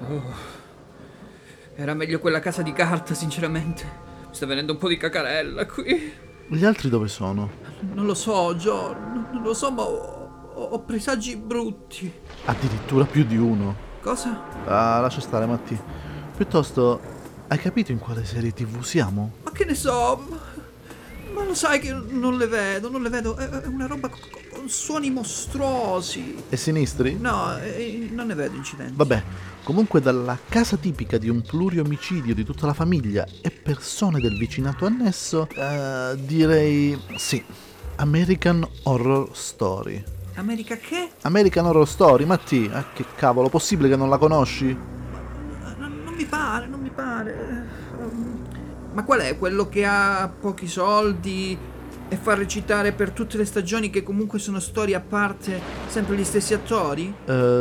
Era meglio quella casa di carta, sinceramente. Mi sta venendo un po' di cacarella qui. Gli altri dove sono? Non lo so, Gio, non lo so, ma ho presagi brutti. Addirittura più di uno. Cosa? Ah, lascia stare, Matti. Piuttosto, hai capito in quale serie TV siamo? Ma che ne so? Ma lo sai che non le vedo. È una roba con suoni mostruosi. E sinistri? No, non ne vedo incidenti. Vabbè, comunque dalla casa tipica di un pluriomicidio di tutta la famiglia e persone del vicinato annesso, direi sì, American Horror Story. America che? American Horror Story, Matti, che cavolo, possibile che non la conosci? Non mi pare. Ma qual è? Quello che ha pochi soldi e fa recitare per tutte le stagioni, che comunque sono storie a parte, sempre gli stessi attori?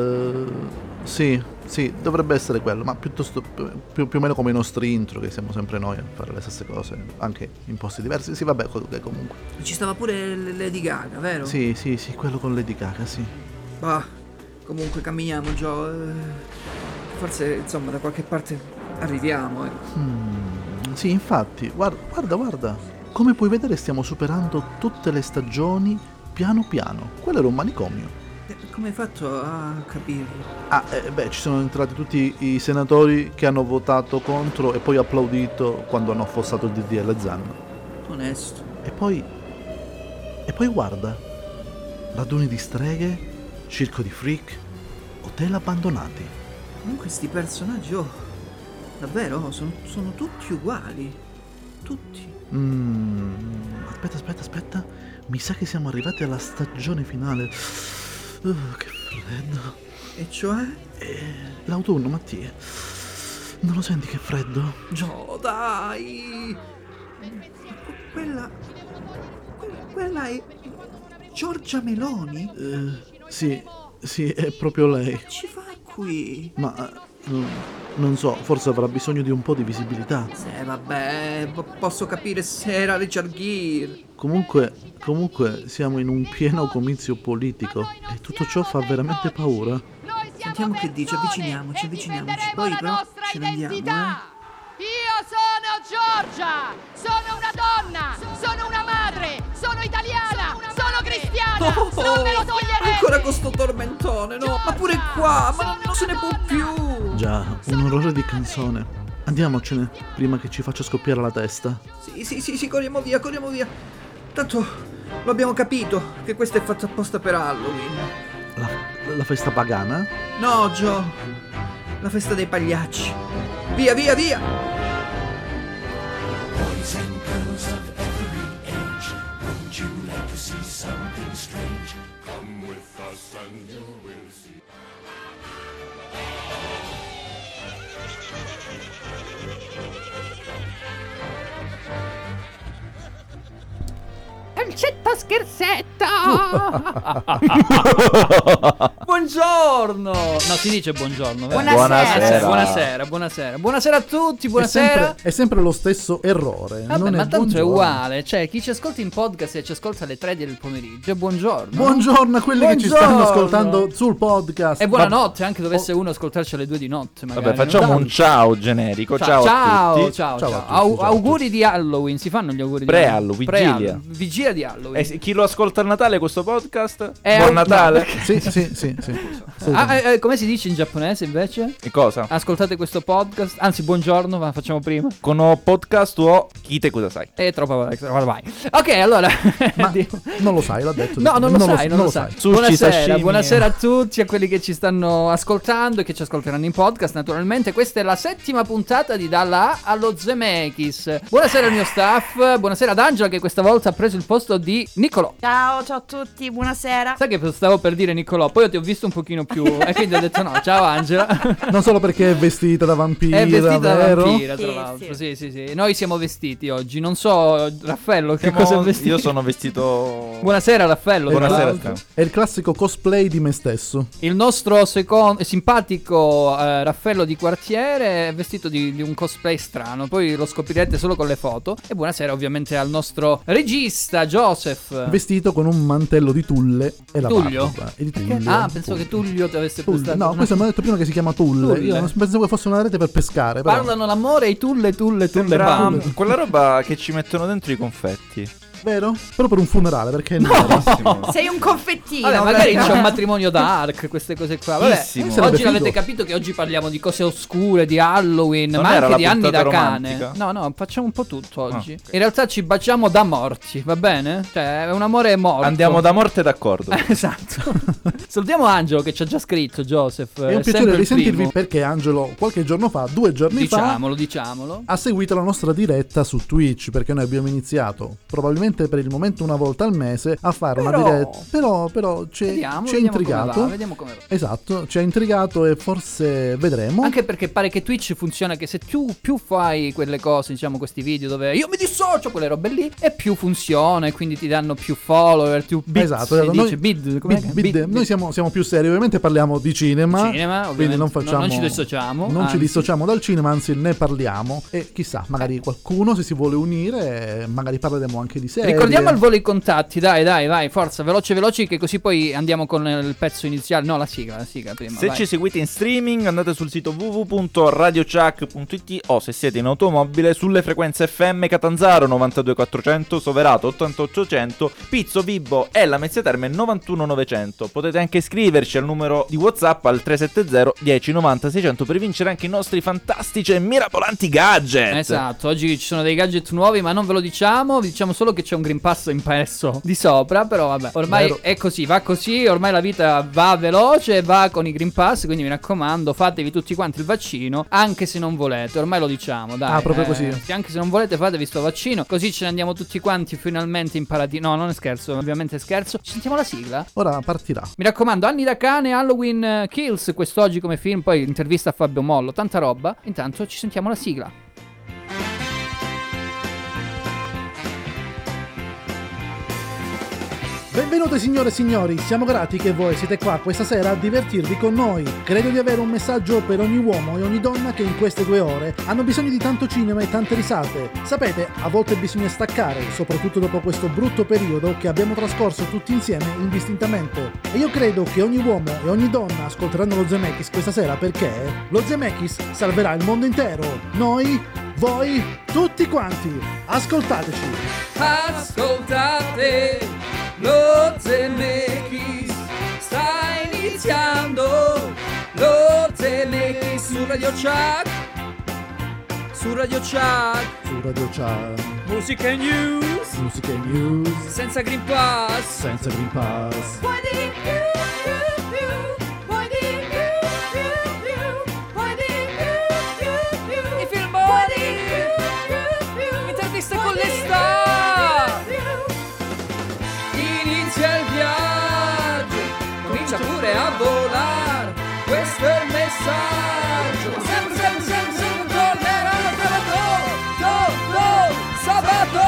Sì, dovrebbe essere quello, ma piuttosto più o meno come i nostri intro, che siamo sempre noi a fare le stesse cose, anche in posti diversi. Sì, vabbè, comunque. Ci stava pure Lady Gaga, vero? Sì, quello con Lady Gaga, sì. Bah, comunque camminiamo, Gio. Forse, insomma, da qualche parte arriviamo, Sì, infatti, guarda. Come puoi vedere stiamo superando tutte le stagioni piano piano. Quello era un manicomio. Come hai fatto a capirlo? Ci sono entrati tutti i senatori che hanno votato contro e poi applaudito quando hanno affossato il DDL Zan. Onesto. E poi guarda, raduni di streghe, circo di freak, hotel abbandonati. Comunque sti personaggi, davvero, sono tutti uguali. Tutti. Aspetta. Mi sa che siamo arrivati alla stagione finale. Che freddo. E cioè? L'autunno, Mattia. Non lo senti che freddo? Gio, dai! Quella è Giorgia Meloni? Sì, è proprio lei. Che ci fa qui? Ma non so, forse avrà bisogno di un po' di visibilità. Sì, vabbè, posso capire se era Richard Gere. Comunque siamo in un pieno comizio politico e tutto ciò fa veramente paura. Sentiamo che dice, avviciniamoci. Poi però ce ne andiamo, Io sono Giorgia, sono una donna, sono una madre, sono italiana, sono cristiana, non me lo toglierete! Ancora con sto tormentone, no? Ma pure qua, ma non se ne può più! Già, un orrore di canzone. Andiamocene, prima che ci faccia scoppiare la testa. Sì, corriamo via. Tanto lo abbiamo capito, che questo è fatto apposta per Halloween. La festa pagana? No, Gio, la festa dei pagliacci. Via! Boys and girls of every age, wouldn't you like to see something strange? Come with us and you will see. Dolcetto scherzetto! Buongiorno! No, si dice buongiorno, vero? Buonasera. Buonasera a tutti, buonasera. È sempre lo stesso errore. Vabbè, non ma è tanto buongiorno. è uguale, cioè chi ci ascolta in podcast e ci ascolta alle 3 del pomeriggio, buongiorno. Buongiorno a quelli che ci stanno ascoltando sul podcast. E buonanotte, anche dovesse uno ascoltarci alle 2 di notte magari. Vabbè, facciamo un ciao generico. Ciao a tutti. Ciao. a tutti, Auguri di Halloween, si fanno gli auguri di Pre-Halloween, vigilia. Vigilia di Halloween. Chi lo ascolta a Natale questo podcast? È Buon un- Natale. Sì. Come si dice in giapponese invece? E cosa? Ascoltate questo podcast, anzi buongiorno, ma facciamo prima. Kono podcast o kite kudasai. È troppo vai. Ok, allora. Ma non lo sai, l'ha detto. No, non lo sai. Sushi, sashimi. Buonasera a tutti, a quelli che ci stanno ascoltando e che ci ascolteranno in podcast. Naturalmente, questa è la 7ª puntata di Dalla A allo Zemeckis. Buonasera al mio staff, buonasera ad Angela che questa volta ha preso il posto di Niccolò. Ciao a tutti, buonasera. Sai che stavo per dire Niccolò, poi io ti ho visto un pochino più e quindi ho detto no, ciao Angela. Non solo perché è vestita da vampira, È vestita da vero? vampira, tra Sì, l'altro. Sì. Noi siamo vestiti oggi. Non so, Raffaello, che Siamo- cosa è vestito. Io sono vestito. Buonasera, Raffaello. Buonasera. tra l'altro. È il classico cosplay di me stesso. Il nostro simpatico Raffaello di quartiere è vestito di un cosplay strano. Poi lo scoprirete solo con le foto. E buonasera, ovviamente, al nostro regista Gio. Joseph. Vestito con un mantello di tulle e la Tullio? barba. E di Perché? Tullio. Ah, pensavo che Tullio ti avesse Tulle. prestato. No, una- questo mi ha detto prima che si chiama Tulle. Tulle. Io non pensavo che fosse una rete per pescare. Però. Parlano l'amore, i tulle, Sembra bam. quella roba che ci mettono dentro i confetti. Vero? Però per un funerale, perché no? Bellissimo. Sei un confettino. Vabbè, magari però. c'è un matrimonio dark, queste cose qua. Vabbè, Bellissimo. Sarebbe oggi l'avete figo. capito che oggi parliamo di cose oscure, di Halloween, Non ma era anche la di anni da puntata cane. romantica? No, facciamo un po' tutto oggi. ok. In realtà ci baciamo da morti, va bene? Cioè, è un amore morto. Andiamo da morte d'accordo. Esatto. Salutiamo Angelo che ci ha già scritto, Joseph. È un sempre piacere il risentirvi primo. perché Angelo qualche giorno fa, 2 giorni fa, Diciamolo. ha seguito la nostra diretta su Twitch, perché noi abbiamo iniziato probabilmente per il momento una volta al mese a fare una Però- diretta. Però ci Vediamo ha come intrigato. va, vediamo come va. Esatto, ci ha intrigato e forse vedremo. Anche perché pare che Twitch funziona che se tu più fai quelle cose, diciamo questi video dove io mi dissocio, quelle robe lì, e più funziona e quindi ti danno più follower, più bits, Esatto, si noi- dice bid, com'è? Bid. Noi siamo più seri, ovviamente parliamo di cinema, Cinema, quindi non ovviamente, facciamo non ci dissociamo, non ci anzi. dissociamo dal cinema, anzi ne parliamo e chissà, magari qualcuno se si vuole unire, magari parleremo anche di serie. Ricordiamo al volo i contatti, dai, vai, forza, veloci che così poi andiamo con il pezzo iniziale, no, la sigla prima. Se vai. ci seguite in streaming andate sul sito www.radiochuck.it o se siete in automobile sulle frequenze FM Catanzaro 92400, Soverato 88800, Pizzo, Vibo e la Mezzia Terme 91900. Potete anche scriverci al numero di WhatsApp al 370 10 90 600 per vincere anche i nostri fantastici e mirabolanti gadget. Esatto, oggi ci sono dei gadget nuovi, ma non ve lo diciamo, vi diciamo solo che c'è un Green Pass impresso di sopra, però vabbè, ormai Vero. è così, va così, ormai la vita va veloce, va con i Green Pass, quindi mi raccomando, fatevi tutti quanti il vaccino, anche se non volete, ormai lo diciamo, dai. Ah, proprio così. Anche se non volete fatevi sto vaccino, così ce ne andiamo tutti quanti finalmente imparati. No, non è scherzo, ovviamente è scherzo. Ci sentiamo la sigla? Ora partirà. Mi raccomando, Anni da cane, Halloween Kills, quest'oggi come film, poi intervista a Fabio Mollo, tanta roba. Intanto ci sentiamo la sigla. Benvenute signore e signori, siamo grati che voi siete qua questa sera a divertirvi con noi. Credo di avere un messaggio per ogni uomo e ogni donna che in queste 2 ore hanno bisogno di tanto cinema e tante risate. Sapete, a volte bisogna staccare, soprattutto dopo questo brutto periodo che abbiamo trascorso tutti insieme indistintamente. E io credo che ogni uomo e ogni donna ascolteranno lo Zemeckis questa sera perché lo Zemeckis salverà il mondo intero. Noi, voi, tutti quanti. Ascoltateci. Ascoltate lo Zemeckis, sta iniziando lo Zemeckis su Radio Chuck, su Radio Chuck, Su Radio Chat, musica e news, musica e news, senza Green Pass. senza Green Pass. I filmoni, interviste con le star. Inizia il viaggio, comincia pure a volare, questo è il messaggio. Sempre torneranno sabato,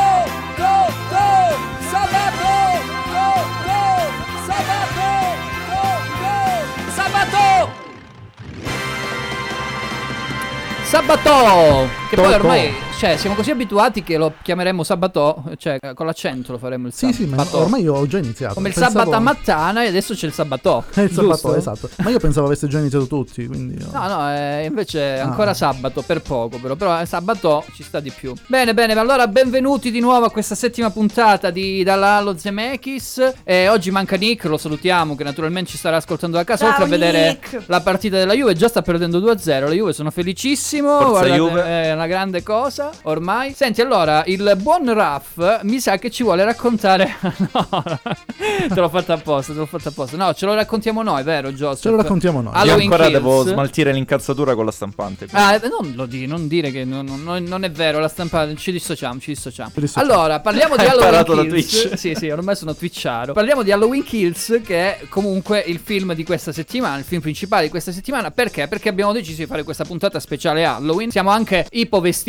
sabato, che poi ormai, cioè, siamo così abituati che lo chiameremo sabato, cioè con l'accento lo faremo il Sì, ma sabato. ormai io ho già iniziato. Come il Pensavo- sabato a mattana e adesso c'è il sabato. È il sabato, giusto? esatto. Ma io pensavo aveste già iniziato tutti, quindi... No, invece è ancora sabato, per poco però sabato ci sta di più. Bene, allora benvenuti di nuovo a questa settima puntata di Dalla allo Zemeckis. Oggi manca Nick, lo salutiamo, che naturalmente ci starà ascoltando da casa, Ciao, oltre a vedere Nick. la partita della Juve, già sta perdendo 2-0, la Juve sono felicissimo, Forza guardate, Juve. è una grande cosa ormai. Senti, allora, il buon Raff mi sa che ci vuole raccontare no, te l'ho fatta apposta. No, ce lo raccontiamo noi, vero Joseph? Ce lo raccontiamo noi. Io Halloween ancora Kills. devo smaltire l'incazzatura con la stampante. Non dire che non è vero, la stampa ci dissociamo. dissociamo. Allora, parliamo di Hai Halloween imparato da Kills. Twitch. Sì, ormai sono twitcharo. Parliamo di Halloween Kills, che è comunque il film di questa settimana, il film principale di questa settimana. Perché? Perché abbiamo deciso di fare questa puntata speciale Halloween. Siamo anche ipovestiti da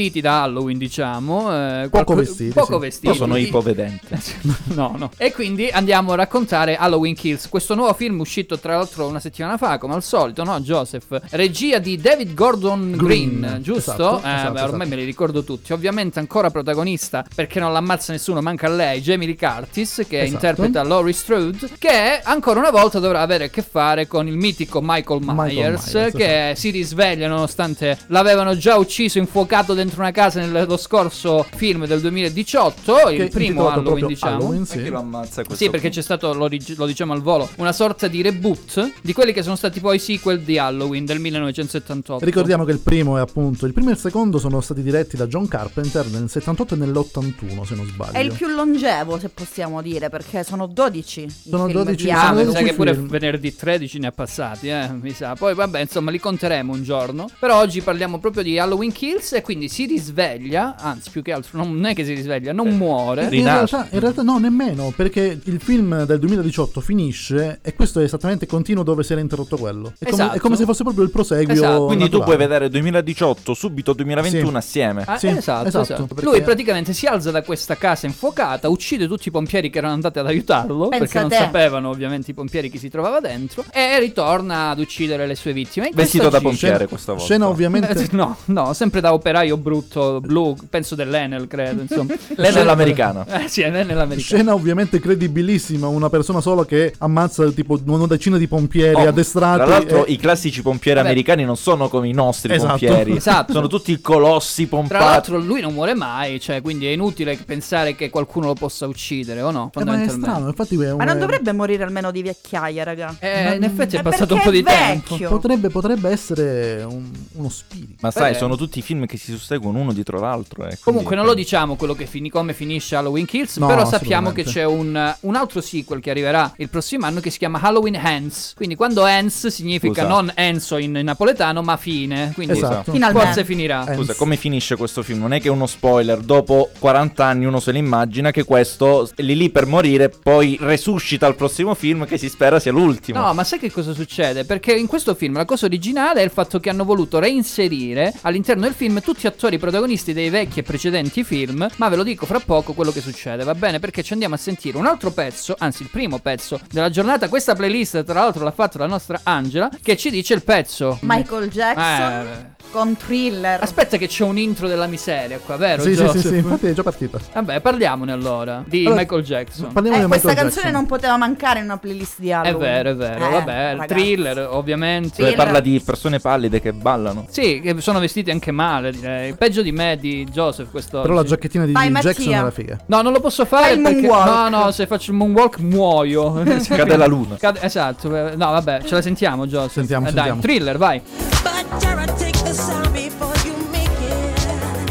Halloween, diciamo. Poco vestiti, Poco sì. vestiti. Io sono ipovedente. No. E quindi andiamo a raccontare Halloween Kills, questo nuovo film uscito tra l'altro una settimana fa, come al solito, no Joseph? Regia di David Gordon Green, giusto? Esatto, Ormai me li ricordo tutti. Ovviamente ancora protagonista, perché non l'ammazza nessuno, manca a lei, Jamie Lee Curtis, che Esatto. interpreta Laurie Strode, che ancora una volta dovrà avere a che fare con il mitico Michael Myers, che si risveglia nonostante l'avevano già ucciso, infuocato dentro una casa nello scorso film del 2018, Che il è primo intitolato Halloween, proprio diciamo. Halloween, Perché lo ammazza questo? Sì, perché c'è stato, lo diciamo al volo, una sorta di reboot di quelli che sono stati poi i sequel di Halloween del 1978. Ricordiamo che il primo e il secondo sono stati diretti da John Carpenter nel 78 e nell'81, se non sbaglio. È il più longevo, se possiamo dire, perché sono 12. Sono 12, di sono Ah, mi Halloween. sa che pure film. venerdì 13 ne ha passati, mi sa. Poi vabbè, insomma, li conteremo un giorno. Però oggi parliamo proprio di Halloween Kills e quindi si risveglia, anzi più che altro non è che si risveglia, non muore. In realtà no, nemmeno, perché il film del 2018 finisce e questo è esattamente continuo dove si era interrotto quello. Esatto. È come se fosse proprio il proseguio. Esatto. Quindi tu naturale. puoi vedere 2018 subito 2021 Sì. assieme. Ah, Sì, esatto. perché- Lui praticamente si alza da questa casa infuocata, uccide tutti i pompieri che erano andati ad aiutarlo, Pensa perché non te. sapevano ovviamente i pompieri chi si trovava dentro, e ritorna ad uccidere le sue vittime. In Vestito questa da gita- pompiere questa volta. Scena ovviamente No, sempre da operaio brutto, blu, penso dell'Enel, credo, insomma. Lei è l'americana. Sì, è l'Enel americano. Scena ovviamente credibilissima, una persona sola che ammazza tipo una decina di pompieri addestrati. Tra l'altro e- i classici pompieri Vabbè. americani non sono come i nostri Esatto. pompieri. Esatto. Sono tutti colossi Tra pompati. l'altro lui non muore mai, cioè quindi è inutile pensare che qualcuno lo possa uccidere, o no? ma è Fondamentalmente. strano, infatti Ma non dovrebbe morire almeno di vecchiaia, raga. In effetti è passato un perché po' di è tempo. vecchio. potrebbe essere uno spirito. Ma sai, Beh. sono tutti film che si susseguono uno dietro l'altro. Comunque non lo diciamo quello che come finisce Halloween Kills, No, però sappiamo che assolutamente. c'è un altro sequel che arriverà il prossimo anno che si chiama Halloween Ends. Quindi quando Ends significa Scusa. non Enzo in napoletano, ma fine. Quindi Esatto. Finalmente. forse finirà. Scusa, come finisce questo film? Non è che è uno spoiler. Dopo 40 anni uno se ne immagina che questo è lì per morire, poi resuscita al prossimo film che si spera sia l'ultimo. No, ma sai che cosa succede? Perché in questo film la cosa originale è il fatto che hanno voluto reinserire all'interno del film tutti attori protagonisti dei vecchi e precedenti film, ma ve lo dico fra poco quello che succede, va bene? Perché ci andiamo a sentire un altro pezzo, anzi il primo pezzo della giornata. Questa playlist tra l'altro l'ha fatto la nostra Angela, che ci dice il pezzo. Michael Jackson con Thriller. Aspetta che c'è un intro della miseria qua, vero? Sì, Joseph? infatti è già partita. Vabbè, parliamone allora di Allora, Michael Jackson. Parliamo di Questa Michael canzone Jackson. non poteva mancare in una playlist di È Halloween. vero, vabbè, ragazzi. Thriller ovviamente. Dove parla di persone pallide che ballano. Sì, che sono vestiti anche male, direi. Peggio di me, di Joseph, questo. Però la giacchettina di Vai, Mattia. Jackson era figa. No, non lo posso fare Fai il perché moonwalk. no, se faccio il moonwalk muoio. Cade la luna. Esatto. No, vabbè, ce la sentiamo, Joseph. Sentiamo. Dai, Thriller, vai. But Jared, take the sound before you make it.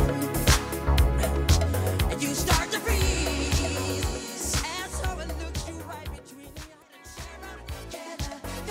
And you start to freeze. And so it looks you right between the eyes and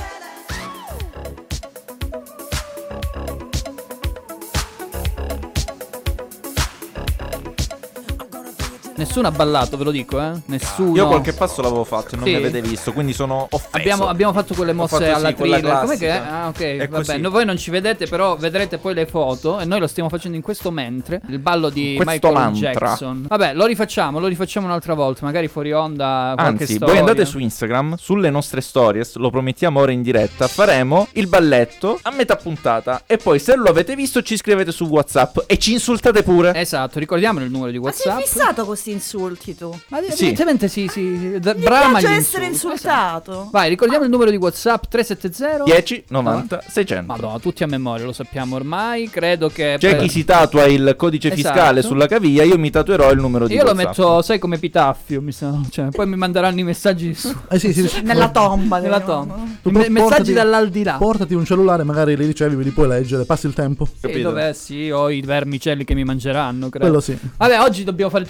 Nessuno ha ballato, ve lo dico, Nessuno. Io qualche passo l'avevo fatto e non Sì. mi avete visto, quindi sono offeso. Abbiamo fatto quelle mosse Ho fatto, alla sì, quella Thriller. Com'è che è? classica. Ah, ok. È Vabbè, così. voi non ci vedete, però vedrete poi le foto. E noi lo stiamo facendo in questo mentre. Il ballo di Questo Michael mantra. Jackson. Vabbè, lo rifacciamo un'altra volta. Magari fuori onda. Qualche Anzi, storia. voi andate su Instagram, sulle nostre stories, lo promettiamo ora in diretta, faremo il balletto a metà puntata e poi se lo avete visto ci scrivete su WhatsApp e ci insultate pure. Esatto, ricordiamolo il numero di Ma sei WhatsApp. fissato con questi insulti tu? Ma Sì. evidentemente sì. Mi Brama piace gli essere insulti. insultato. Esatto. Vai, ricordiamo il numero di WhatsApp 370 10 90 600. Madonna, tutti a memoria, lo sappiamo ormai. Credo che C'è chi si tatua il codice fiscale Esatto. sulla caviglia, io mi tatuerò il numero di io lo WhatsApp. metto, sai, come epitaffio, mi sa. Cioè, poi mi manderanno i messaggi su. Sì. Nella tomba. Nella diciamo. tomba. Tu I messaggi portati- dall'aldilà. Portati un cellulare, magari li ricevi, li puoi leggere, passi il tempo. Sì, capito? dove sì, ho i vermicelli che mi mangeranno, credo. Quello sì. Vabbè, oggi dobbiamo fare tutto creepy.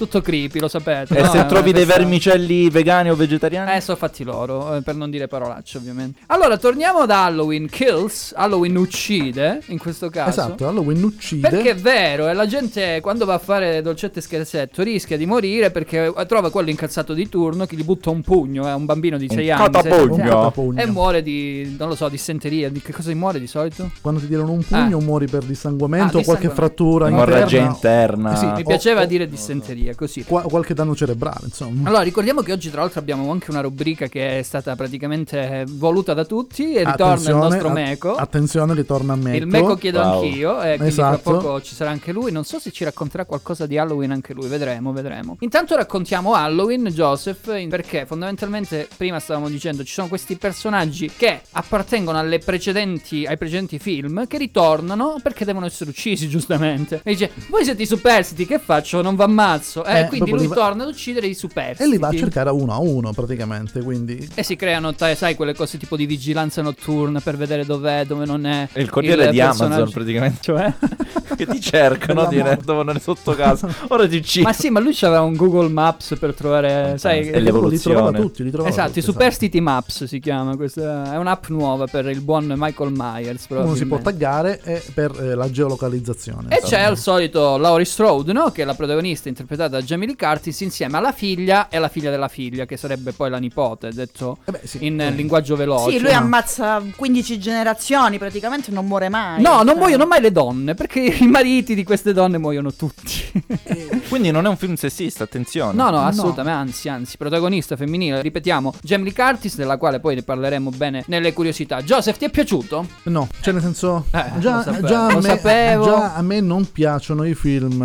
tipi, lo sapete. E no? se trovi dei Questa- vermicelli vegani o vegetariani? so fatti loro, per non dire parolacce ovviamente. Allora, torniamo da Halloween Kills. Halloween uccide, in questo caso. Esatto, Halloween uccide. Perché è vero, e la gente quando va a fare dolcetto e scherzetto rischia di morire perché trova quello incazzato di turno che gli butta un pugno, un bambino di 6 anni. catapugno. se- Un catapugno. E muore di, non lo so, dissenteria. Di che cosa muore di solito? Quando ti tirano un pugno muori per dissanguamento o qualche dissanguamento. frattura Emorragia interna. interna. Sì, Mi o- piaceva o- dire dissenteria, così. qualche danno cerebrale, insomma. Allora, ricordiamo che oggi tra l'altro abbiamo anche una rubrica che è stata praticamente voluta da tutti e ritorna il nostro Meco. Attenzione, ritorna Meco. Il Meco chiedo Wow. anch'io, e quindi Esatto. tra poco ci sarà anche lui. Non so se ci racconterà qualcosa di Halloween anche lui, vedremo. Intanto raccontiamo Halloween, Joseph, perché fondamentalmente prima stavamo dicendo ci sono questi personaggi che appartengono ai precedenti film che ritornano perché devono essere uccisi, giustamente. E dice, voi siete i superstiti, che faccio? Non vi ammazzo. Quindi proprio lui li va- torna ad uccidere i superstiti. E li va a cercare a uno praticamente, quindi... E si creano, sai, quelle cose tipo di vigilanza notturna per vedere dov'è, dove non è. Il corriere di Amazon personaggio. praticamente. Cioè? Che ti cercano, dove non è sotto casa. Ora ti uccido. Ma sì, ma lui c'aveva un Google Maps per trovare, sai, E l'evoluzione. Li trovava tutti, esatto, i Superstiti Maps si chiama. Questa è un'app nuova per il buon Michael Myers. Uno si può probabilmente. taggare per la geolocalizzazione. E c'è al solito Laurie Strode, no? Che è la protagonista interpretata da Jamie Lee Curtis insieme alla figlia e alla figlia della figlia, che sarebbe poi la nipote, detto Sì. in linguaggio veloce. Sì, lui no? ammazza 15 generazioni, praticamente non muore mai. No, non Cioè, muoiono mai le donne, perché i mariti di queste donne muoiono tutti. Quindi non è un film sessista, attenzione. No, assolutamente, anzi, protagonista femminile, ripetiamo, Jamie Lee Curtis, della quale poi ne parleremo bene nelle curiosità. Joseph, ti è piaciuto? No, cioè nel senso lo sapevo. già a me non piacciono i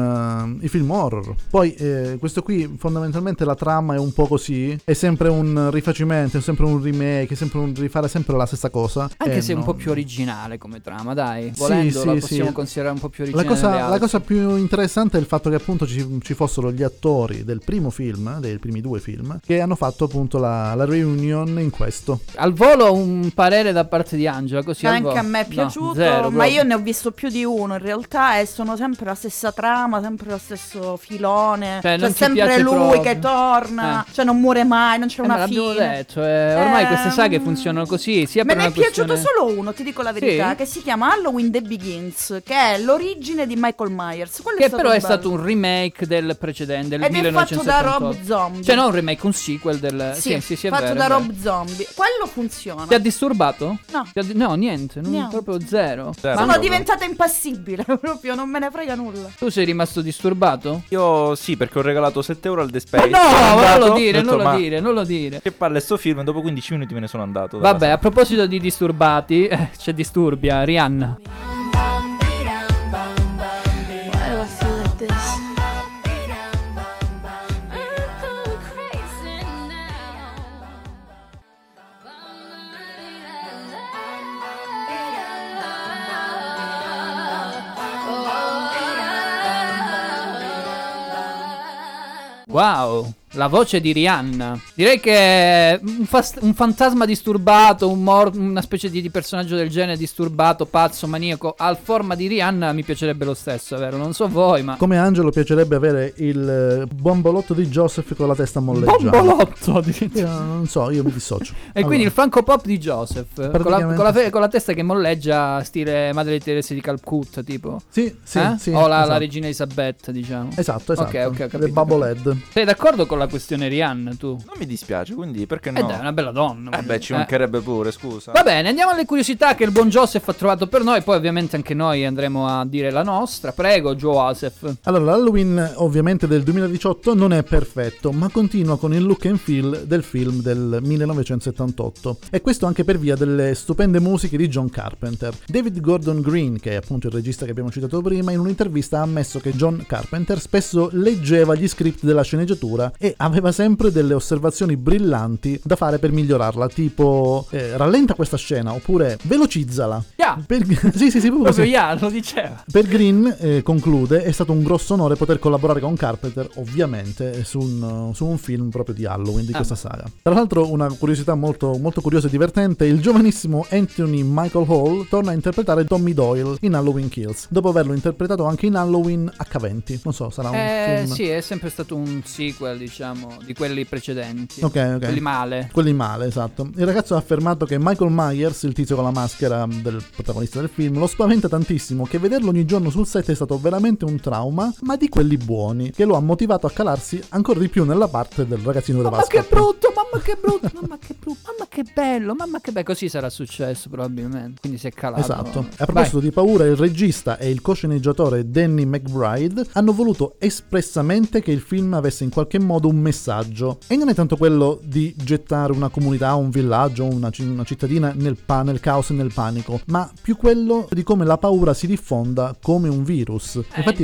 film horror. Poi questo qui fondamentalmente la trama è un po' così, è sempre un rifacimento, è sempre un remake, è sempre un rifare sempre la stessa cosa. Anche E se è un no. po' più originale come trama, dai. Sì, Volendo sì, la sì. possiamo considerare un po' più La originale delle cosa, la altre. cosa più interessante è il fatto che appunto ci fossero gli attori del primo film, dei primi due film, che hanno fatto appunto la reunion in questo. Al volo un parere da parte di Angela, così al Anche volo. a me è No, piaciuto, zero, ma proprio. io ne ho visto più di uno in realtà e sono sempre la stessa trama, sempre lo stesso filone. Cioè, non C'è ti sempre piace lui proprio. che torna, cioè non muore mai, non c'è Ma una l'abbiamo fine. detto, ormai queste saghe funzionano così, sia Me per ne una è piaciuto questione... solo uno, ti dico la verità, Sì? che si chiama Halloween The Begins, che è l'origine di Michael Myers. Quello Che però è bello. stato un remake del precedente, del Ed è 1978. fatto da Rob Zombie. Cioè non un remake, un sequel del... Sì, è fatto vero, da è vero. Rob Zombie. Quello funziona. Ti ha disturbato? No. No, niente, Niente. proprio zero. Zero. Ma Sono no, diventata impassibile, proprio non me ne frega nulla. tu sei rimasto disturbato? Io sì, perché ho regalato 7 euro al The Space. No, Sono non andato, lo ho dire, detto, non lo "Ma dire, non lo dire. Che palle sto film, dopo 15 minuti me ne sono andato. Vabbè, a proposito di disturbati, c'è Disturbia, Rihanna. Why do I feel like this? Wow, la voce di Rihanna. Direi che un fantasma disturbato, una specie di personaggio del genere disturbato, pazzo, maniaco, al forma di Rihanna mi piacerebbe lo stesso, vero? Non so voi, ma... Come Angelo piacerebbe avere il bombolotto di Joseph con la testa molleggiante. Bombolotto addirittura. Io non so, io mi dissocio. E quindi il Funko Pop di Joseph, Praticamente con la testa che molleggia, stile Madre Teresa di Calcutta, tipo. Sì, sì, sì. O la esatto. regina Elisabetta, diciamo. Esatto, Ok, ho capito. Le Bubblehead. Sei d'accordo con la questione Rihanna, tu? Non mi dispiace, quindi perché no? Dai, è una bella donna. Beh, ci mancherebbe pure, scusa. Va bene, andiamo alle curiosità che il buon Joseph ha trovato per noi. Poi ovviamente anche noi andremo a dire la nostra. Prego, Joseph. Allora, l'Halloween ovviamente del 2018 non è perfetto, ma continua con il look and feel del film del 1978. E questo anche per via delle stupende musiche di John Carpenter. David Gordon Green, che è appunto il regista che abbiamo citato prima, in un'intervista ha ammesso che John Carpenter spesso leggeva gli script della sceneggiatura e aveva sempre delle osservazioni brillanti da fare per migliorarla, tipo rallenta questa scena oppure velocizzala. Yeah. Sì, proprio Proprio così. lo diceva. Per Green, conclude, è stato un grosso onore poter collaborare con Carpenter, ovviamente, su un film proprio di Halloween, di questa saga. Tra l'altro, una curiosità molto, molto curiosa e divertente, il giovanissimo Anthony Michael Hall torna a interpretare Tommy Doyle in Halloween Kills, dopo averlo interpretato anche in Halloween H20. Non so, sarà un film... Sì, è sempre stato un sequel, diciamo, di quelli precedenti. Ok. Quelli male. Quelli male, esatto. Il ragazzo ha affermato che Michael Myers, il tizio con la maschera del protagonista del film, lo spaventa tantissimo, che vederlo ogni giorno sul set è stato veramente un trauma, ma di quelli buoni, che lo ha motivato a calarsi ancora di più nella parte del ragazzino che dava Mamma che scoppio. brutto, mamma che brutto, mamma che brutto, mamma che bello, mamma che bello. Così sarà successo probabilmente. Quindi si è calato. Esatto. A proposito di paura, il regista e il co-sceneggiatore Danny McBride hanno voluto espressamente che il film avesse in qualche modo un messaggio, e non è tanto quello di gettare una comunità, un villaggio, una cittadina nel caos e nel panico, ma più quello di come la paura si diffonda come un virus.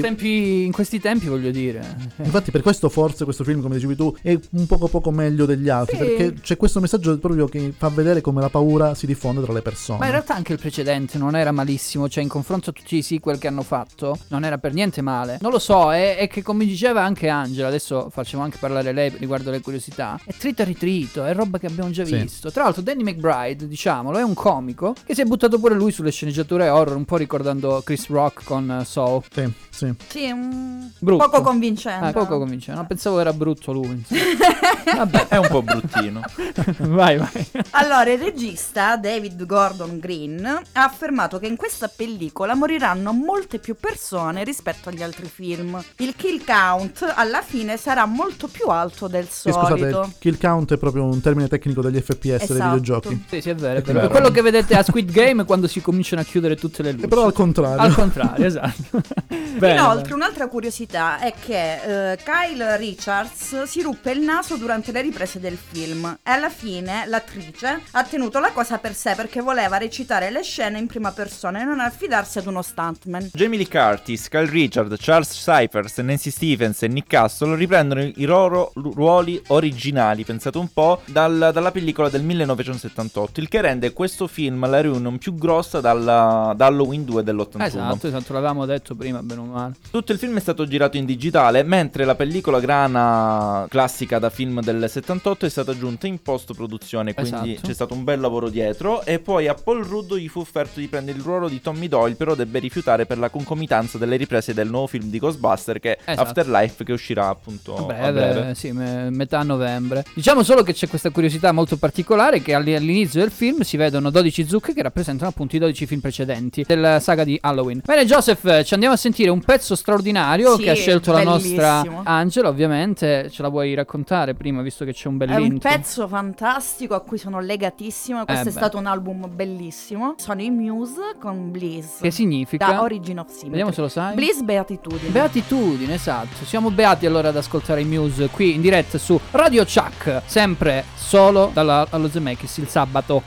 In questi tempi voglio dire. Infatti per questo forse questo film, come dicevi tu, è un poco meglio degli altri, Sì. perché c'è questo messaggio proprio che fa vedere come la paura si diffonde tra le persone. Ma in realtà anche il precedente non era malissimo, cioè in confronto a tutti i sequel che hanno fatto non era per niente male. Non lo so, è che come diceva anche Angela, adesso facciamo anche parlare lei riguardo alle curiosità, è trito a ritrito, è roba che abbiamo già Sì. visto. Tra l'altro Danny McBride, diciamolo, è un comico che si è buttato pure lui sulle sceneggiature horror, un po' ricordando Chris Rock con Saw. Sì. Sì, Brutto. poco convincente. Poco convincente, no, pensavo era brutto lui, insomma. Vabbè, È un po' bruttino. vai. Allora, il regista David Gordon Green ha affermato che in questa pellicola moriranno molte più persone rispetto agli altri film. Il kill count alla fine sarà molto più alto del Scusate, solito. il kill count è proprio un termine tecnico degli FPS dei Esatto. videogiochi. Sì, è vero, è vero. È quello che vedete a Squid Game quando si cominciano a chiudere tutte le luci. Però al contrario. Al contrario, esatto. Bene, Inoltre, un'altra curiosità è che Kyle Richards si ruppe il naso durante le riprese del film e alla fine l'attrice ha tenuto la cosa per sé perché voleva recitare le scene in prima persona e non affidarsi ad uno stuntman. Jamie Lee Curtis, Kyle Richard, Charles Cyphers, Nancy Stephens e Nick Castle riprendono i loro ruoli originali, pensate un po', dalla pellicola del 1978, il che rende questo film la reunion più grossa da Halloween 2 dell'81. Esatto, l'avevamo detto prima, bene o male. Tutto il film è stato girato in digitale, mentre la pellicola grana classica da film del 78 è stata aggiunta in post-produzione, quindi Esatto. c'è stato un bel lavoro dietro. E poi a Paul Rudd gli fu offerto di prendere il ruolo di Tommy Doyle, però debbe rifiutare per la concomitanza delle riprese del nuovo film di Ghostbuster, che è Esatto. Afterlife, che uscirà appunto a breve. Sì, metà novembre. Diciamo solo che c'è questa curiosità molto particolare, che all'inizio del film si vedono 12 zucche che rappresentano appunto i 12 film precedenti della saga di Halloween. Bene, Joseph, ci andiamo a sentire un pezzo straordinario Sì, che ha scelto la nostra bellissimo. Angela, ovviamente. Ce la vuoi raccontare prima, visto che c'è un È un bell'intro? pezzo fantastico a cui sono legatissima. Questo è beh. stato un album bellissimo. Sono i Muse con Bliss. Che significa? Da Origin of Symmetry. Vediamo se lo sai. Bliss, beatitudine. Beatitudine, esatto. Siamo beati allora ad ascoltare i Muse qui in diretta su Radio Chuck, sempre solo allo Zemeckis il sabato.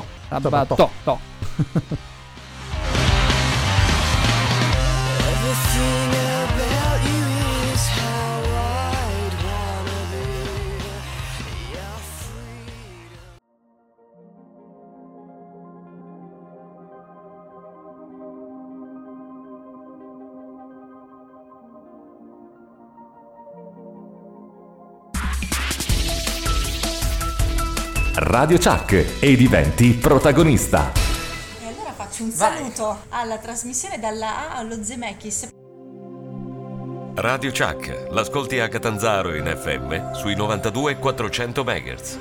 To. Everything about you is how I'd wanna be. You're free. Radio Chuck e diventi protagonista. E allora faccio un saluto alla trasmissione dalla A allo Zemeckis. Radio Chuck, l'ascolti a Catanzaro in FM sui 92.400 MHz.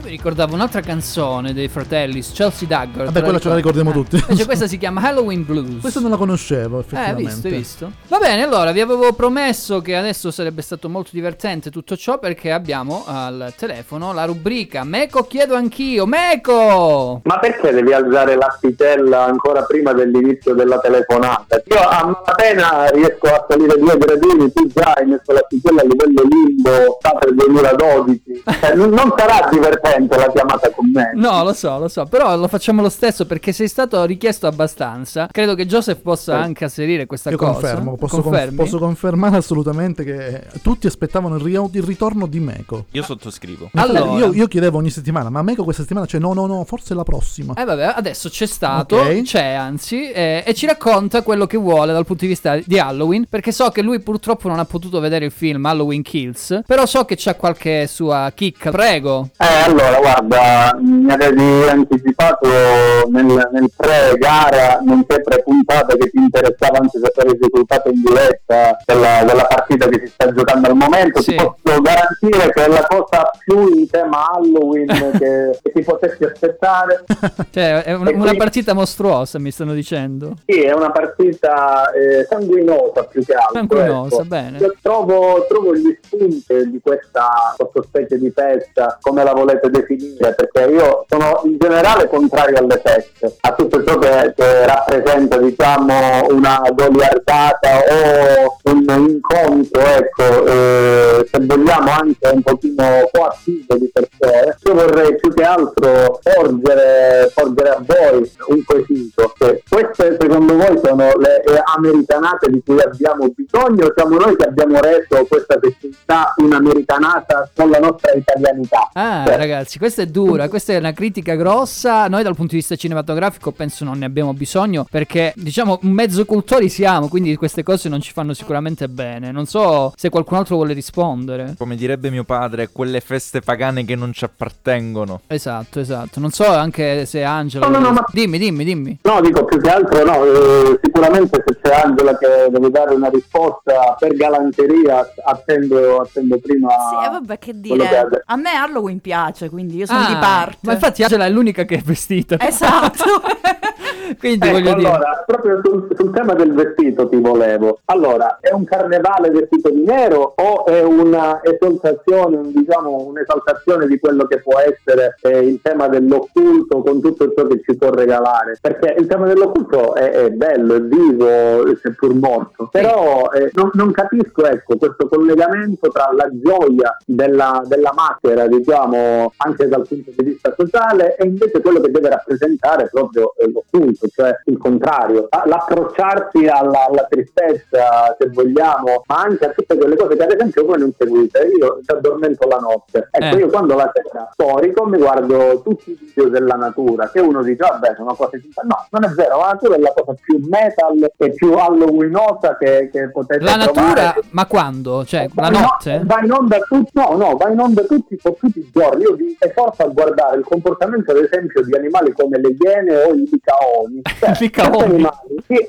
mi ricordavo un'altra canzone dei fratelli Chelsea Duggar. Vabbè, quella ce la ricordiamo tutti. Invece questa si chiama Halloween Blues. Questa non la conoscevo, effettivamente. Visto. Va bene, allora vi avevo promesso che adesso sarebbe stato molto divertente tutto ciò, perché abbiamo al telefono la rubrica Meco chiedo anch'io. Meco! Ma perché devi alzare l'asticella ancora prima dell'inizio della telefonata? Io a malapena riesco a salire 2 gradini, tu già hai messo l'asticella a livello limbo per 2012. Non sarà divertente la chiamata con me. No, lo so, però lo facciamo lo stesso perché sei stato richiesto abbastanza. Credo che Joseph possa anche asserire questa Io cosa. confermo, Confermi? posso confermare assolutamente che tutti aspettavano il ritorno di Meco. Io sottoscrivo. Allora. Io chiedevo ogni settimana, ma Meco questa settimana c'è? No, forse la prossima. Vabbè, adesso c'è stato, Ok. c'è anzi, e ci racconta quello che vuole dal punto di vista di Halloween, perché so che lui purtroppo non ha potuto vedere il film Halloween Kills, però so che c'ha qualche sua chicca. Prego. Allora, guarda, mi avevi anticipato nel pre-gara, non c'è pre-puntata che ti interessava anche sapere il risultato in diretta della partita che si sta giocando al momento. Sì. Ti posso garantire che è la cosa più in tema Halloween che ti potessi aspettare. Cioè, è una quindi- partita mostruosa, mi stanno dicendo. Sì, è una partita sanguinosa più che altro. Sanguinosa, ecco. bene. Io trovo gli spunti di questa sottospecie di festa, come la volete definire, perché io sono in generale contrario alle feste, a tutto ciò che rappresenta, diciamo, una goliardata o un incontro, ecco, se vogliamo anche un pochino coattivo di per sé. Io vorrei più che altro porgere a voi un quesito: che queste secondo voi sono le americanate di cui abbiamo bisogno, o siamo noi che abbiamo reso questa festività un'americanata con la nostra italianità? Ragazzi, questa è dura, questa è una critica grossa. Noi dal punto di vista cinematografico penso non ne abbiamo bisogno, perché diciamo mezzo cultori siamo, quindi queste cose non ci fanno sicuramente bene. Non so se qualcun altro vuole rispondere. Come direbbe mio padre, quelle feste pagane che non ci appartengono. Esatto. Non so anche se Angela... No, ma- Dimmi. No, dico più che altro sicuramente se c'è Angela che deve dare una risposta per galanteria, attendo prima. Sì, vabbè, che quello che ha dire. detto. A me Halloween piace, quindi io sono di parte. Ma infatti Angela è l'unica che è vestita. Esatto. Quindi Ecco, voglio dire... allora, proprio sul tema del vestito ti volevo. Allora, è un carnevale vestito di nero o è una esaltazione, diciamo, un'esaltazione di quello che può essere il tema dell'occulto con tutto ciò che ci può regalare? Perché il tema dell'occulto è bello, è vivo, seppur morto. Però non capisco, ecco, questo collegamento tra la gioia della maschera, diciamo, anche dal punto di vista sociale, e invece quello che deve rappresentare proprio l'occulto, cioè il contrario, l'approcciarsi alla tristezza, se vogliamo, ma anche a tutte quelle cose che ad esempio voi non seguite. Io ci addormento la notte, ecco, io quando la sera storico mi guardo tutti i video della natura, che uno dice vabbè sono cose no, non è vero, la natura è la cosa più metal e più halloweenosa che potete La natura, trovare. ma quando? Cioè, la No, notte? va in onda va in onda tutti i giorni. Io vi esorto a guardare il comportamento, ad esempio, di animali come le iene o i licaoni. Cioè, Licaoni? animali, sì,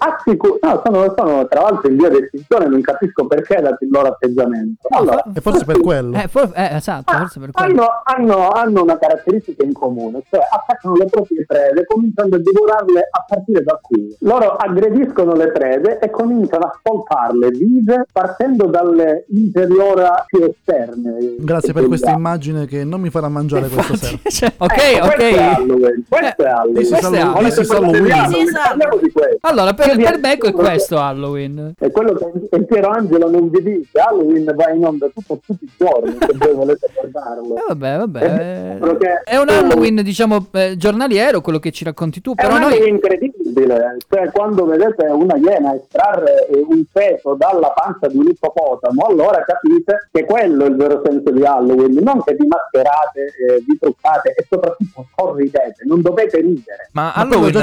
sono tra l'altro in via di estinzione, non capisco perché il loro atteggiamento. Allora, E forse per quello. Esatto, forse per quello. hanno una caratteristica in comune, cioè attaccano le proprie prede cominciando a divorarle a partire dal culo. Loro aggrediscono le prede e cominciano a spolparle vive partendo dalle interiori più esterne. Grazie per questa immagine che non mi farà mangiare questa sera. Cioè, ok. Questo è Halloween. Questo è Halloween. This is Halloween. Volete This is Halloween. parliamo Sì, esatto. parliamo di questo. Allora, per Io vi Becco è assicuro questo Halloween. è quello che il Piero Angelo non vi dice. Halloween va in onda tutti i giorni, se voi volete guardarlo. Vabbè. Perché È un Halloween, diciamo, giornaliero, quello che ci racconti tu. è Però un noi... Halloween incredibile, cioè quando vedete una iena estrarre un feto dalla panza di un ippopotamo, allora capite che quello è il vero senso di Halloween, non che vi mascherate, vi truccate e soprattutto sorridete, non dovete ridere. Ma Ma proprio Halloween, già ci sai che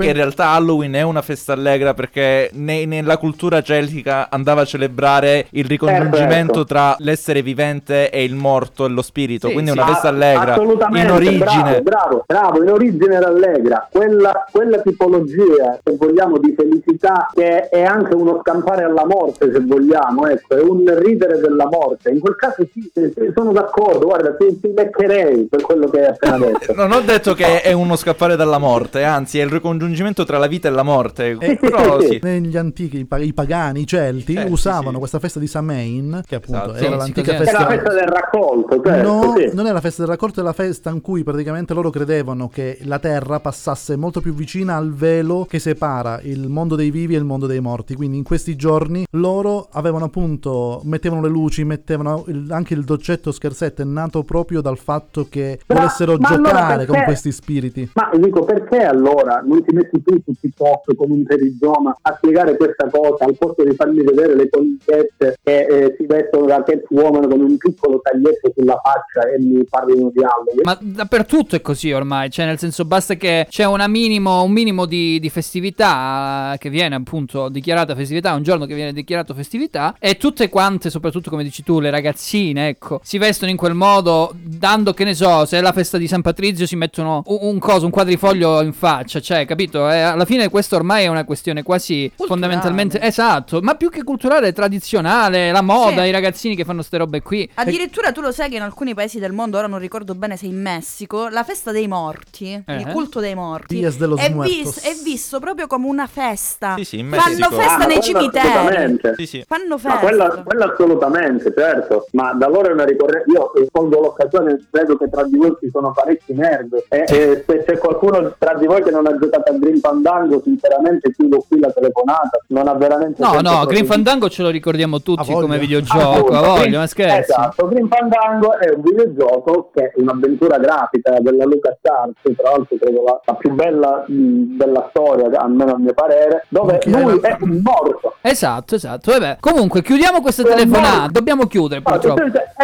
in realtà Halloween è una festa allegra perché nella cultura celtica andava a celebrare il ricongiungimento tra l'essere vivente e il morto e lo spirito, Sì, quindi sì. è una festa allegra. Assolutamente, in origine. bravo, in origine era allegra. Quella tipologia, se vogliamo, di felicità, che è anche uno scampare alla morte, se vogliamo, ecco, è un ridere della morte. In quel caso sì, sono d'accordo, guarda, ti beccherei per quello che hai appena detto. Non ho detto che è uno scappare dalla morte, anzi è il ricongiungimento tra la vita e la morte. Però sì. Negli antichi, i pagani, i celti, usavano sì. questa festa di Samhain, che appunto Esatto. era Sì, l'antica sì, festa. È la festa del raccolto, certo, No, sì. non è la festa del raccolto, è la festa in cui praticamente loro credevano che la terra passasse molto più vicina al velo che separa il mondo dei vivi e il mondo dei morti. Quindi in questi giorni loro avevano appunto, mettevano le luci, mettevano anche il dolcetto scherzetto, è nato proprio dal fatto che volessero ma giocare allora perché- con questi spiriti. Ma dico, perché allora non ti metti tu su TikTok con un perizoma a spiegare questa cosa, al posto di farmi vedere le conigliette che si vestono da Catwoman con un piccolo taglietto sulla faccia e mi parlino di Halloween? Ma dappertutto è così ormai, cioè nel senso basta che c'è un minimo di festività che viene appunto dichiarata festività, un giorno che viene dichiarato festività, e tutte quante, soprattutto come dici tu, le ragazzine, ecco, si vestono in quel modo, dando, che ne so, se è la festa di San Patrizio si mettono un quadrifoglio in faccia, cioè, capito? Alla fine questo ormai è una questione quasi fondamentalmente, esatto, ma più che culturale, tradizionale, la moda, Sì. i ragazzini che fanno ste robe qui. Addirittura tu lo sai che in alcuni paesi del mondo, ora non ricordo bene se in Messico, la festa dei morti, il culto dei morti, Dias de los è, Muertos. è visto proprio come una festa. Sì, sì, in Fanno Messico. festa nei quello cimiteri. assolutamente. Sì, sì. Fanno Ma festa. quella assolutamente, certo, ma da loro è una ricorrenza. Io colgo l'occasione, vedo che tra di voi ci sono parecchi nerd e se c'è qualcuno tra di voi che non ha giocato a Green Fandango, sinceramente chiudo qui la telefonata, non ha veramente No, senso no, proprio. Green Fandango ce lo ricordiamo tutti A voglia. come videogioco, Appunto, a voglia, ma scherzi. Esatto, Green Fandango è un videogioco che è un'avventura grafica della LucasArts, tra l'altro credo la più bella della storia, almeno a mio parere, dove lui è un morto. Esatto. Vabbè, comunque chiudiamo questa telefonata, dobbiamo chiudere purtroppo.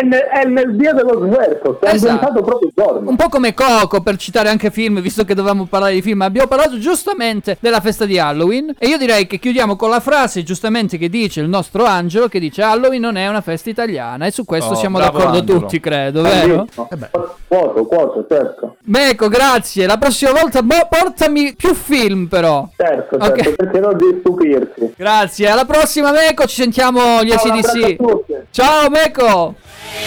È nel dia dello sguerzo, è Esatto. ambientato proprio il giorno. Un po' come Coco, per citare anche film, visto che dovevamo parlare di film, abbiamo parlato giustamente della festa di Halloween, e io direi che chiudiamo con la frase giustamente che dice il nostro Angelo, che dice Halloween non è una festa italiana, e su questo siamo bravo d'accordo Angelo. tutti, credo, vero? Quoto, certo. Meco, grazie, la prossima volta portami più film però. Certo, Ok. cercherò di stupirti. Grazie, alla prossima Meco, ci sentiamo gli Ciao, un abbraccio ACDC. a tutti. Ciao Meco!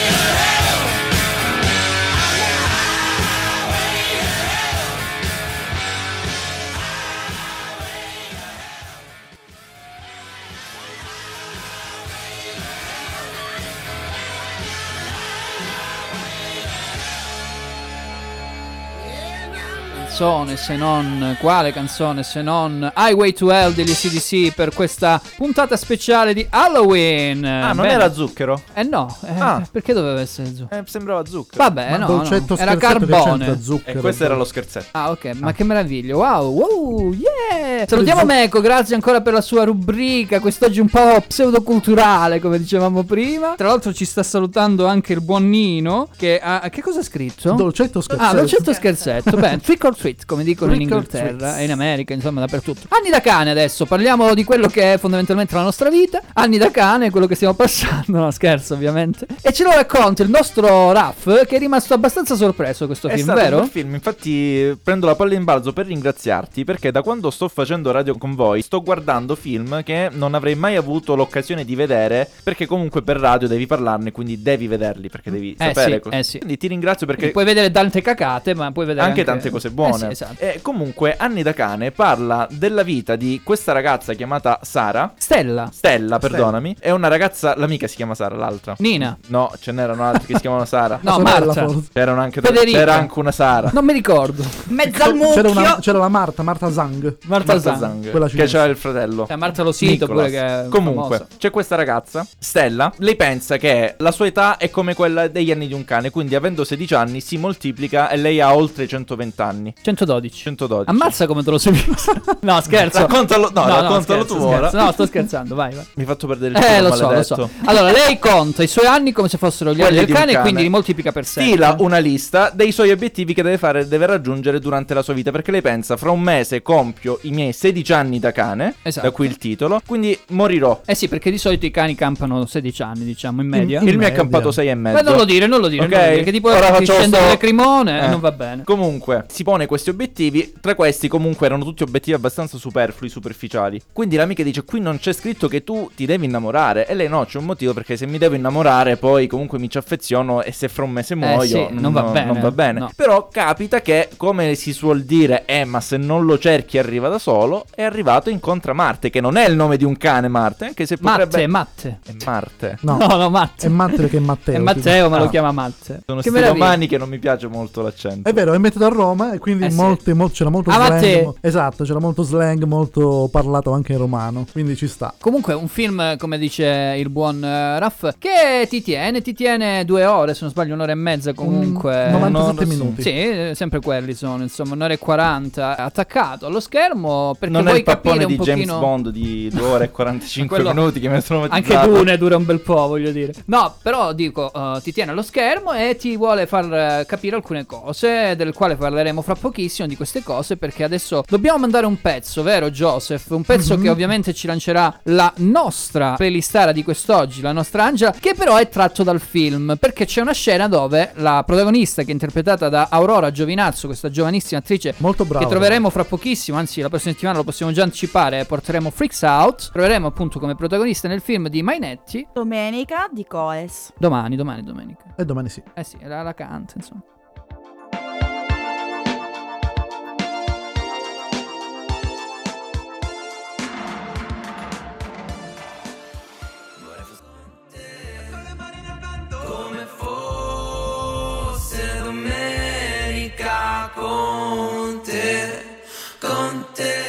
Canzone se non, quale canzone se non Highway to Hell degli AC/DC per questa puntata speciale di Halloween. Ah, non Bene. era zucchero? No, perché doveva essere zucchero? Sembrava zucchero. Vabbè, no, dolcetto era scherzetto che carbone. c'entra zucchero. E questo era lo scherzetto. Ah, ok, ma che meraviglia. Wow, yeah. Salutiamo Meco, grazie ancora per la sua rubrica, quest'oggi un po' pseudoculturale, come dicevamo prima. Tra l'altro ci sta salutando anche il buon Nino, che ha, che cosa ha scritto? Dolcetto scherzetto. Ah, dolcetto scherzetto. Beh, trick or treat, come dicono in Trick or Inghilterra treat. e in America, insomma, dappertutto. Anni da cane adesso, parliamo di quello che è fondamentalmente la nostra vita. Anni da cane, quello che stiamo passando, no scherzo ovviamente. E ce lo racconta il nostro Raff, che è rimasto abbastanza sorpreso questo È film, stato un vero? bel film, infatti prendo la palla in balzo per ringraziarti, perché da quando sto facendo radio con voi sto guardando film che non avrei mai avuto l'occasione di vedere, perché comunque per radio devi parlarne, quindi devi vederli, perché devi sapere sì, sì. Quindi ti ringrazio perché Puoi vedere tante cacate, ma puoi vedere anche tante cose buone. Sì, esatto. E comunque Anni da cane parla della vita di questa ragazza chiamata Sara. Stella, Perdonami. È una ragazza, l'amica si chiama Sara, l'altra. Nina, No, ce n'erano altri che si chiamavano Sara. no, sorella, Marta, forse. C'erano anche Federica. c'era anche una Sara. non mi ricordo. Mezzo al mucchio. C'era la Marta Zang. Marta Zang. Zang, Quella che cinese. c'era il fratello. Marta Losito Nicolas. pure, che è Comunque famosa. c'è questa ragazza Stella. Lei pensa che la sua età è come quella degli anni di un cane, quindi avendo 16 anni si moltiplica e lei ha oltre 120 anni. 112. 112. Ammazza come te lo sei visto. No, scherzo. Raccontalo, raccontalo scherzo, tu ora. scherzo. No, sto scherzando, vai. Mi hai fatto perdere il tempo, lo so, maledetto. lo so. Allora, lei conta i suoi anni come se fossero gli anni Quelli del di un cane e cane. quindi li moltiplica per 7. Stila una lista dei suoi obiettivi che deve raggiungere durante la sua vita, perché lei pensa: fra un mese compio i miei 16 anni da cane, Esatto. da qui il titolo, quindi morirò. Eh sì, perché di solito i cani campano 16 anni, diciamo, in media. Il mio è media. campato 6 e mezzo. Ma non lo dire, Ok? che tipo Ora ti faccio scende sto- le lacrimone non va bene. Comunque, si pone questi obiettivi. Tra questi, comunque, erano tutti obiettivi abbastanza superflui, superficiali. Quindi l'amica dice: qui non c'è scritto che tu ti devi innamorare. E lei: no, c'è un motivo, perché se mi devo innamorare, poi comunque mi ci affeziono. E se fra un mese muoio, sì, non va bene. Non va bene. No. Però capita che, come si suol dire, ma se non lo cerchi arriva da solo. È arrivato e incontra Marte, che non è il nome di un cane, Marte, anche se potrebbe... Matte. È Marte. No, No, Matte. è Matte perché è Matteo. È Matteo, ma Ah. lo chiama Matte. Sono Che sti meraviglia. romani che non mi piace molto l'accento. È vero, è metà da Roma e quindi Sì. c'era molto Ah, slang. Matteo. Esatto, c'era molto slang, molto parlato anche in romano, quindi ci sta. Comunque un film, come dice il buon Raff, che ti tiene 2 ore, se non sbaglio 1 ora e mezza comunque. 97 minuti. Sì, sempre quelli sono, insomma, 1 ora e 40 attaccato allo schermo perché Non è vuoi il pappone capire un di James pochino... Bond di 2 ore e 45 Quello- minuti che mi sono Anche metizzato. Dune dura un bel po', voglio dire. No, però dico, ti tiene allo schermo e ti vuole far capire alcune cose, del quale parleremo fra pochissimo di queste cose, perché adesso dobbiamo mandare un pezzo, vero Joseph? Un pezzo che ovviamente ci lancerà la nostra playlistara di quest'oggi, la nostra Angela, che però è tratto dal film, perché c'è una scena dove la protagonista, che è interpretata da Aurora Giovinazzo, questa giovanissima attrice Molto brava. che troveremo fra pochissimo, anzi la prossima settimana lo possiamo già anticipare, porteremo Freaks Out, troveremo appunto come protagonista nel film di Mainetti. Domenica di Coes. Domenica. E domani sì. Eh sì, la canta, insomma. Come fosse domenica con te, con te.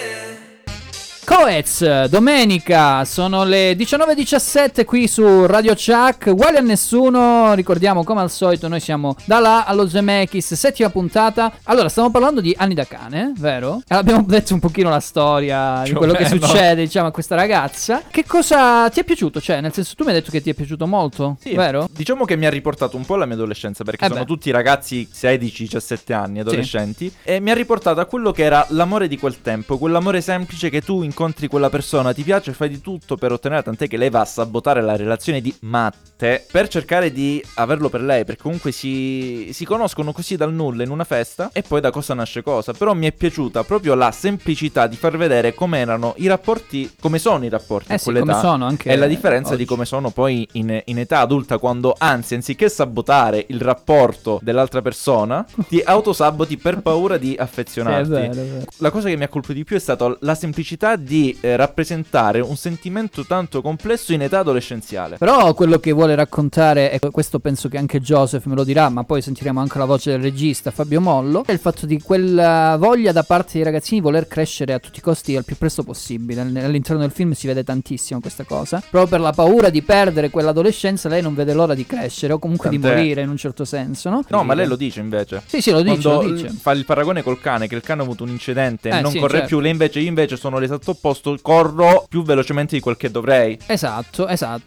Coez, domenica, sono le 19:17 qui su Radio Chuck, uguali a nessuno, ricordiamo come al solito noi siamo da là allo Zemeckis, 7ª puntata. Allora, stiamo parlando di Anni da cane, vero? E abbiamo detto un pochino la storia di Più o quello che meno. succede, diciamo, a questa ragazza. Che cosa ti è piaciuto? Cioè, nel senso, tu mi hai detto che ti è piaciuto molto, Sì, vero? diciamo che mi ha riportato un po' alla mia adolescenza, perché sono beh. tutti ragazzi 16-17 anni, adolescenti, e mi ha riportato a quello che era l'amore di quel tempo, quell'amore semplice che tu incontri quella persona, ti piace, fai di tutto per ottenere, tant'è che lei va a sabotare la relazione di Matte per cercare di averlo per lei, perché comunque si conoscono così dal nulla in una festa e poi da cosa nasce cosa. Però mi è piaciuta proprio la semplicità di far vedere come erano i rapporti, come sono i rapporti a sì, quell'età, come sono anche e la differenza oggi. di come sono poi in età adulta, quando anzi, anziché sabotare il rapporto dell'altra persona, ti autosaboti per paura di affezionarti. Sì, è vero. La cosa che mi ha colpito di più è stata la semplicità di rappresentare un sentimento tanto complesso in età adolescenziale. Però quello che vuole raccontare, e questo penso che anche Joseph me lo dirà, ma poi sentiremo anche la voce del regista Fabio Mollo, è il fatto di quella voglia da parte dei ragazzini di voler crescere a tutti i costi al più presto possibile. All'interno del film si vede tantissimo questa cosa, proprio per la paura di perdere quell'adolescenza. Lei non vede l'ora di crescere o comunque di Tant'è. morire in un certo senso, no? No, ma lei lo dice invece. Sì, lo dice, Quando lo dice. fa il paragone col cane, che il cane ha avuto un incidente e non sì, corre certo. più, io invece sono l'esatto opposto, corro più velocemente di quel che dovrei. Esatto.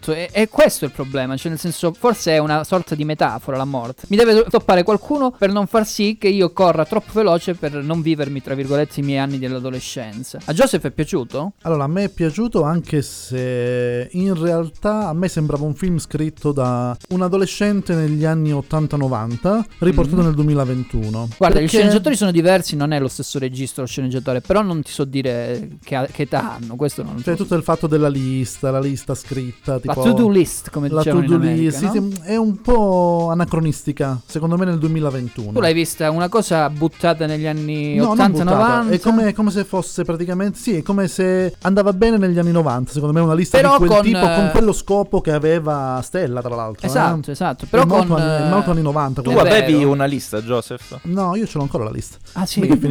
E questo è il problema, cioè nel senso, forse è una sorta di metafora la morte. Mi deve stoppare qualcuno per non far sì che io corra troppo veloce per non vivermi, tra virgolette, i miei anni dell'adolescenza. A Joseph è piaciuto? Allora, a me è piaciuto, anche se in realtà a me sembrava un film scritto da un adolescente negli anni 80-90, riportato nel 2021. Guarda, gli Perché- sceneggiatori sono diversi, non è lo stesso regista lo sceneggiatore, però non ti so dire che età hanno, questo non lo Cioè so. tutto il fatto della lista, la lista scritta, La tipo to-do list, come la dicevano in to-do America, list, no? sì, è un po' anacronistica, secondo me, nel 2021. Tu l'hai vista una cosa buttata negli anni No, non buttata, 80-90? è come se fosse praticamente, sì, è come se andava bene negli anni 90, secondo me, una lista Però di quel con, tipo, con quello scopo che aveva Stella, tra l'altro. Esatto, però è molto con anni, è molto anni 90. Tu È avevi vero. una lista, Joseph? No, io ce l'ho ancora la lista. Ah, sì? Mica è finita.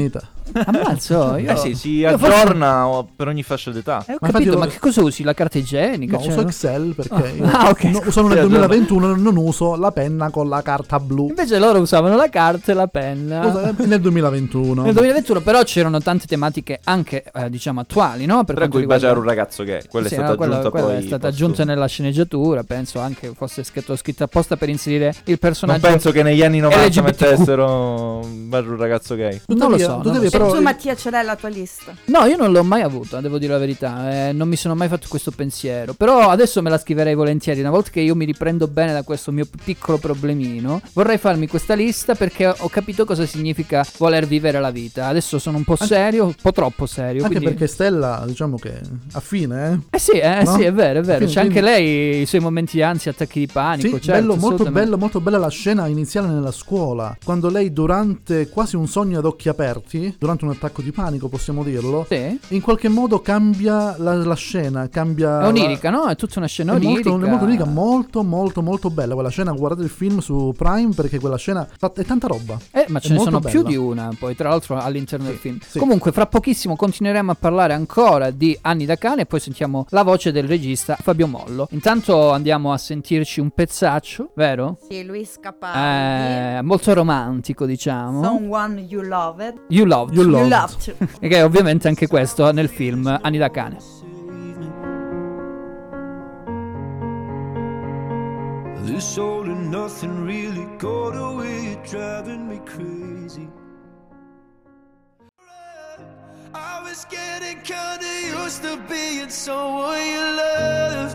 Ammazzo, io... Sì, si io aggiorna per ogni fascia d'età. Ho Ma capito, infatti ma che cosa usi? La carta igienica? No, Cioè, uso no? Excel perché io ok. sono nel Sì, 2021 e non uso la penna con la carta blu. Invece loro usavano la carta e la penna. Nel 2021. Nel 2021 però c'erano tante tematiche anche, diciamo, attuali, no? Per quanto cui riguarda- baciare un ragazzo gay. Quella Sì, è stata no, quella- aggiunta quella poi. è stata postumo. aggiunta nella sceneggiatura, penso anche fosse scritto apposta per inserire il Non personaggio. penso che negli anni 90 LGBTQ. mettessero baciare un ragazzo gay. Non lo so, non lo E so. tu Mattia ce l'hai la tua lista? No, io non l'ho mai avuta, devo dire la verità. Non mi sono mai fatto questo pensiero. Però adesso me la scriverei volentieri. Una volta che io mi riprendo bene da questo mio piccolo problemino, vorrei farmi questa lista perché ho capito cosa significa voler vivere la vita. Adesso sono un po' serio, un po' troppo serio. Anche quindi... perché Stella, diciamo che a fine, sì, no? sì, è vero, è vero. Quindi- C'è anche lei i suoi momenti di ansia, attacchi di panico. Sì, certo, bello, molto assolutamente. bello, molto bella la scena iniziale nella scuola, quando lei durante quasi un sogno ad occhi aperti, durante un attacco di panico possiamo dirlo, Sì. in qualche modo cambia la scena, cambia... È onirica, no? È tutta una scena È onirica. molto onirica, molto bella quella scena. Guardate il film su Prime perché quella scena è tanta roba. Ma È ce ne molto sono più bella. di una, poi tra l'altro all'interno del film. sì. Comunque, fra pochissimo continueremo a parlare ancora di Anni da cane e poi sentiamo la voce del regista Fabio Mollo. Intanto andiamo a sentirci un pezzaccio, vero? Sì, Luis Capaldi. Molto romantico, diciamo. Someone You Loved. You Loved. You Loved. Loved. E che è ovviamente anche questo nel film Anni da cane. This all and nothing really got away, driving me crazy. I was getting kinda used to being someone you loved.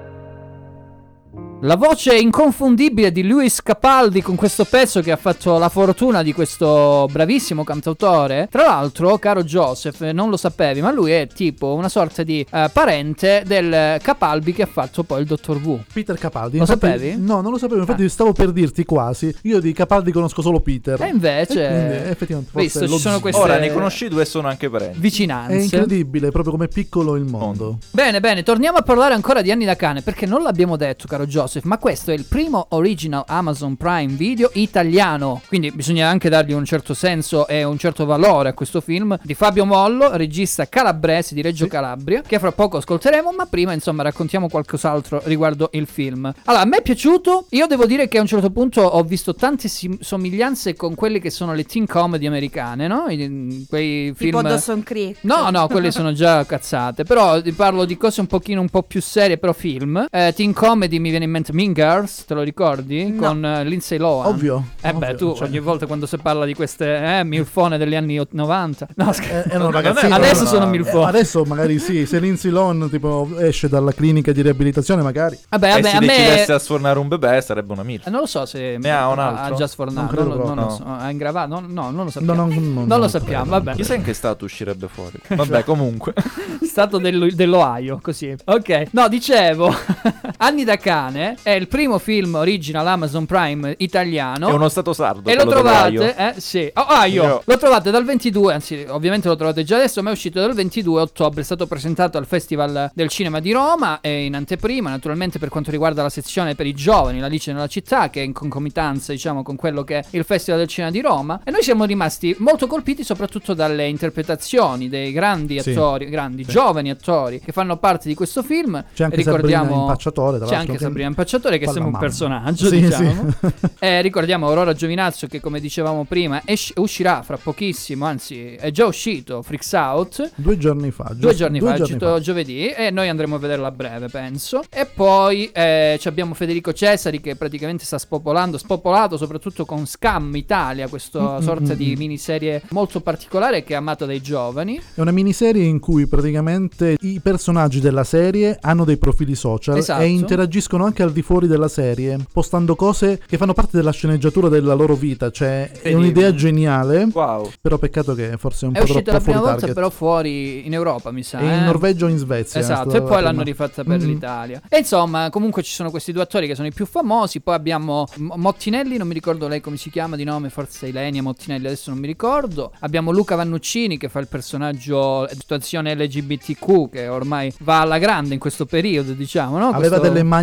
La voce inconfondibile di Luis Capaldi con questo pezzo che ha fatto la fortuna di questo bravissimo cantautore. Tra l'altro, caro Joseph, non lo sapevi, ma lui è tipo una sorta di parente del Capaldi che ha fatto poi il Dottor Who. Peter Capaldi. Lo Infatti- sapevi? No, non lo sapevo, infatti stavo per dirti quasi. Io di Capaldi conosco solo Peter. E invece, quindi, effettivamente, forse visto, lo ci sono zio. queste Ora ne conosci due e sono anche parenti. vicinanze. È incredibile, proprio come piccolo il mondo. Bene, bene, torniamo a parlare ancora di Anni da cane, perché non l'abbiamo detto, caro Joseph, ma questo è il primo original Amazon Prime Video italiano, quindi bisogna anche dargli un certo senso e un certo valore a questo film di Fabio Mollo, regista calabrese di Reggio Calabria, che fra poco ascolteremo, ma prima insomma raccontiamo qualcos'altro riguardo il film. Allora, a me è piaciuto, io devo dire che a un certo punto ho visto tante somiglianze con quelle che sono le teen comedy americane, no? Quei film... Tipo Dawson Creek. No, quelle sono già cazzate. Però parlo di cose un po' più serie, però film. Teen comedy mi viene in mente Mean Girls, te lo ricordi? No. Con Lindsay Lohan. Ovvio. Beh, ovvio, tu cioè. ogni volta quando si parla di queste milfone degli anni 90. No, Erano ragazzini. Adesso sono milfone. Adesso magari sì, se Lindsay Lohan tipo esce dalla clinica di riabilitazione magari. Vabbè, E se a me... decidesse a sfornare un bebè sarebbe una mil. Non lo so se Ne ha un altro? ha già sfornato. Non credo Non lo proprio. so. Ha ingravato. No, non lo sappiamo. Non Non lo sappiamo, vabbè. Chissà in che stato uscirebbe fuori. Vabbè, comunque. Stato dell'Ohio, così. Ok, no, dicevo, Anni da cane è il primo film original Amazon Prime italiano. È uno stato sardo. E lo quello dell'Ohio. trovate, sì. Io lo trovate dal 22, anzi, ovviamente lo trovate già adesso, ma è uscito dal 22 ottobre. È stato presentato al Festival del Cinema di Roma e in anteprima, naturalmente, per quanto riguarda la sezione per i giovani, l'Alice nella città, che è in concomitanza, diciamo, con quello che è il Festival del Cinema di Roma. E noi siamo rimasti molto colpiti, soprattutto dalle interpretazioni dei grandi Sì. attori, giovani attori che fanno parte di questo film. C'è anche Ricordiamo, Sabrina Impacciatore, tra c'è l'altro, anche che Sabrina Impacciatore che fa la sembra un mamma. personaggio, Sì, diciamo. sì. Ricordiamo Aurora Giovinazzo che, come dicevamo prima, uscirà fra pochissimo, anzi è già uscito, Freaks Out. 2 giorni fa. Due giorni fa, è uscito giovedì e noi andremo a vederlo a breve, penso. E poi abbiamo Federico Cesari che praticamente sta spopolato soprattutto con Scam Italia, questa sorta di miniserie molto particolare che è amata dai giovani. È una miniserie in cui praticamente i personaggi della serie hanno dei profili social Esatto. e interagiscono anche al di fuori della serie, postando cose che fanno parte della sceneggiatura della loro vita. Cioè, è un'idea geniale. Wow. Però peccato che forse è un È po' uscita troppo la prima fuori volta target. però fuori in Europa, mi sa. E in Norvegia o in Svezia. Esatto, stata e poi la l'hanno prima. rifatta per l'Italia. E insomma, comunque ci sono questi due attori che sono i più famosi. Poi abbiamo Mottinelli, non mi ricordo lei come si chiama di nome, forse Ilenia Mottinelli, adesso non mi ricordo. Abbiamo Luca Vannuccini che fa il personaggio situazione LGBTQ, che ormai va alla grande in questo periodo, diciamo, no? Aveva Questo- delle maglie bellissime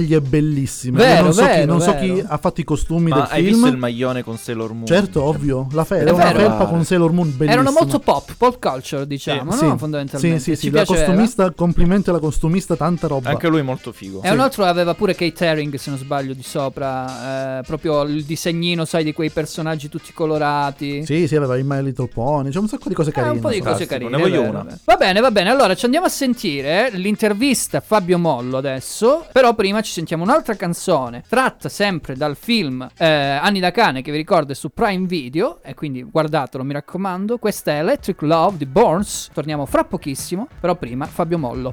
bellissime. Vero, non so chi, vero, non so vero. chi ha fatto i costumi Ma del hai film. visto il maglione con Sailor Moon? Certo, ovvio. La È una vero. felpa con Sailor Moon bellissima. Erano molto pop culture, diciamo, Sì, no? Fondamentalmente. sì, Ci la piaceva. costumista, complimenti alla costumista, tanta roba. Anche lui molto figo. E un altro aveva pure Kate Haring, se non sbaglio, di sopra. Proprio il disegnino, sai, di quei personaggi tutti colorati. Sì, aveva il My Little Pony, c'è un sacco di cose carine. Un po' di cose Fantastico, carine. ne voglio è vero, una. è vero. Va bene. Allora ci andiamo a sentire l'intervista a Fabio Mollo adesso. Però prima ci sentiamo un'altra canzone tratta sempre dal film Anni da cane, che vi ricordo è su Prime Video. E quindi guardatelo, mi raccomando. Questa è Electric Love di Borns. Torniamo fra pochissimo. Però prima Fabio Mollo.